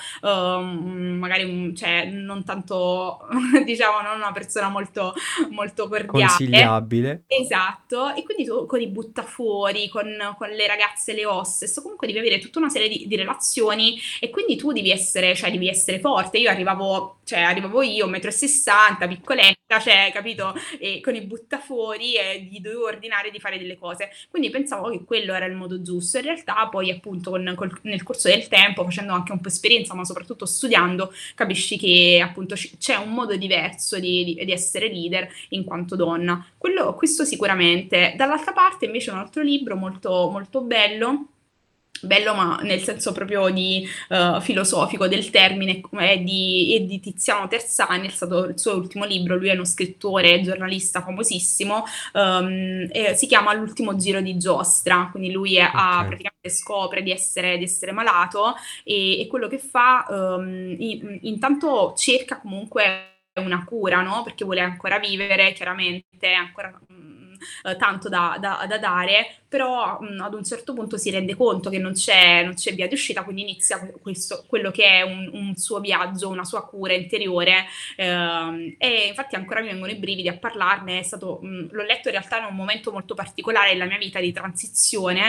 uhm, magari un cioè non tanto diciamo non una persona molto molto cordiale. Consigliabile. Esatto, e quindi tu con i buttafuori, con con le ragazze, le hostess, comunque devi avere tutta una serie di di relazioni e quindi tu devi essere cioè devi essere forte. Io arrivavo cioè arrivavo io un metro e sessanta, piccoletta, cioè capito, e con i buttafuori e gli dovevo ordinare di fare delle cose. Quindi pensavo che quello era il modo giusto. In realtà poi appunto con col nel corso del tempo, facendo anche un po' esperienza, ma soprattutto studiando, capisci che appunto c c'è un modo diverso di di di essere leader in quanto donna. Quello questo sicuramente. Dall'altra parte invece un altro libro molto molto bello, bello ma nel senso proprio di uhm, filosofico del termine, c è di è di Tiziano Terzani, è stato il suo ultimo libro, lui è uno scrittore, giornalista famosissimo, uhm, e si chiama L'ultimo giro di giostra, quindi lui è ha Okay. praticamente scopre di essere di essere malato e e quello che fa, uhm, i mhmm, intanto cerca comunque una cura, no, perché vuole ancora vivere, chiaramente, ancora, mhmm, uhm, tanto da da da dare, però, mhmm, ad un certo punto si rende conto che non c'è non c'è via di uscita, quindi inizia que questo quello che è un un suo viaggio, una sua cura interiore, ehm, e infatti ancora mi vengono i brividi a parlarne, è stato mhmm, l'ho letto in realtà in un momento molto particolare della mia vita di transizione,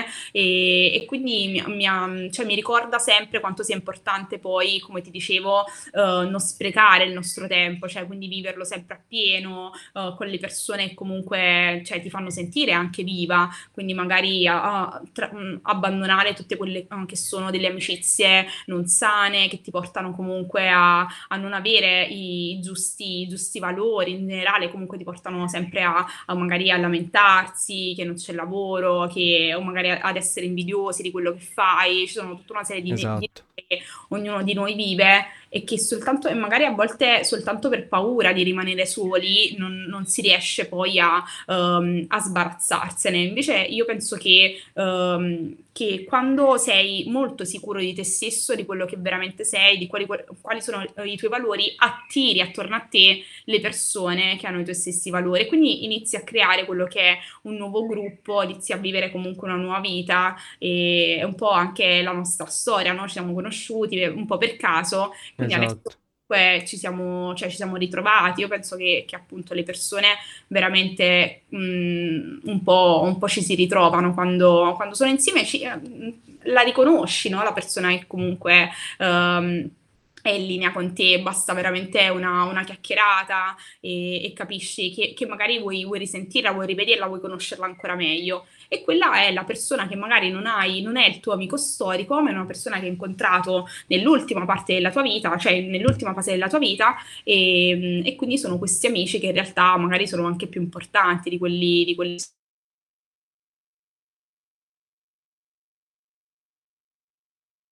e e quindi mi ha mi ha cioè mi ricorda sempre quanto sia importante poi, come ti dicevo, uhm, non sprecare il nostro tempo, cioè quindi viverlo sempre appieno, uhm, con le persone che comunque, cioè ti fanno sentire anche viva, quindi magari a a tra mhmm, abbandonare tutte quelle, uhm, che sono delle amicizie non sane, che ti portano comunque a a non avere i giusti i giusti valori, in generale comunque ti portano sempre a a magari a lamentarsi, che non c'è lavoro, che o magari a ad essere invidiosi di quello che fai. Ci sono tutta una serie di ne di Esatto. che ognuno di noi vive e che soltanto e magari a volte soltanto per paura di rimanere soli non non si riesce poi a uhm, a sbarazzarsene. Invece io penso che uhm, che quando sei molto sicuro di te stesso, di quello che veramente sei, di quali qua quali sono i tuoi valori, attiri attorno a te le persone che hanno i tuoi stessi valori e quindi inizi a creare quello che è un nuovo gruppo, inizi a vivere comunque una nuova vita, e è un po' anche la nostra storia, no, ci siamo conosciuti un po' per caso, quindi adesso Esatto. comunque ci siamo cioè ci siamo ritrovati. Io penso che che appunto le persone veramente, mhmm, un po' un po' ci si ritrovano quando quando sono insieme ci ehm, la riconosci, no, la persona che comunque, uhm, è in linea con te, basta veramente una una chiacchierata e e capisci che che magari vuoi vuoi risentirla, vuoi rivederla, vuoi conoscerla ancora meglio. E quella è la persona che magari non hai non è il tuo amico storico, ma è una persona che hai incontrato nell'ultima parte della tua vita, cioè nell'ultima fase della tua vita, ehm, e quindi sono questi amici che in realtà magari sono anche più importanti di quelli di quelli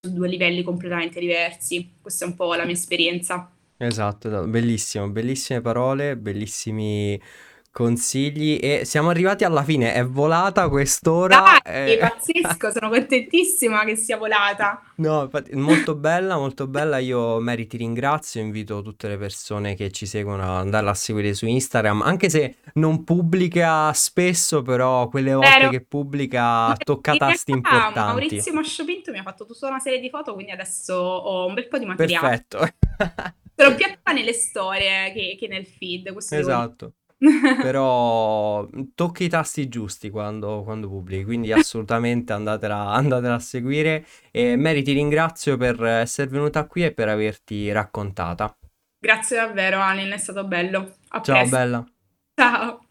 su due livelli completamente diversi. Questa è un po' la mia esperienza. Esatto, esatto. Bellissimo, bellissime parole, bellissimi consigli e siamo arrivati alla fine, è volata quest'ora. Dai, e- pazzesco, sono contentissima che sia volata. No, infatti, molto bella, molto bella. Io, Mary, ti ringrazio. Invito tutte le persone che ci seguono ad andarla a seguire su Instagram, anche se non pubblica spesso, però quelle volte Vero? che pubblica tocca In tasti realtà importanti. Maurizio Masciopinto mi ha fatto tutta una serie di foto, quindi adesso ho un bel po' di materiale. Perfetto. Sono più attiva nelle storie che, che nel feed, questo devo dire. Esatto. Però tocchi i tasti giusti quando, quando pubblichi, quindi assolutamente andatela, andatela a seguire. E Mary, ti ringrazio per essere venuta qui e per averti raccontata. Grazie davvero, Anil, è stato bello. A Ciao, presto. bella. Ciao.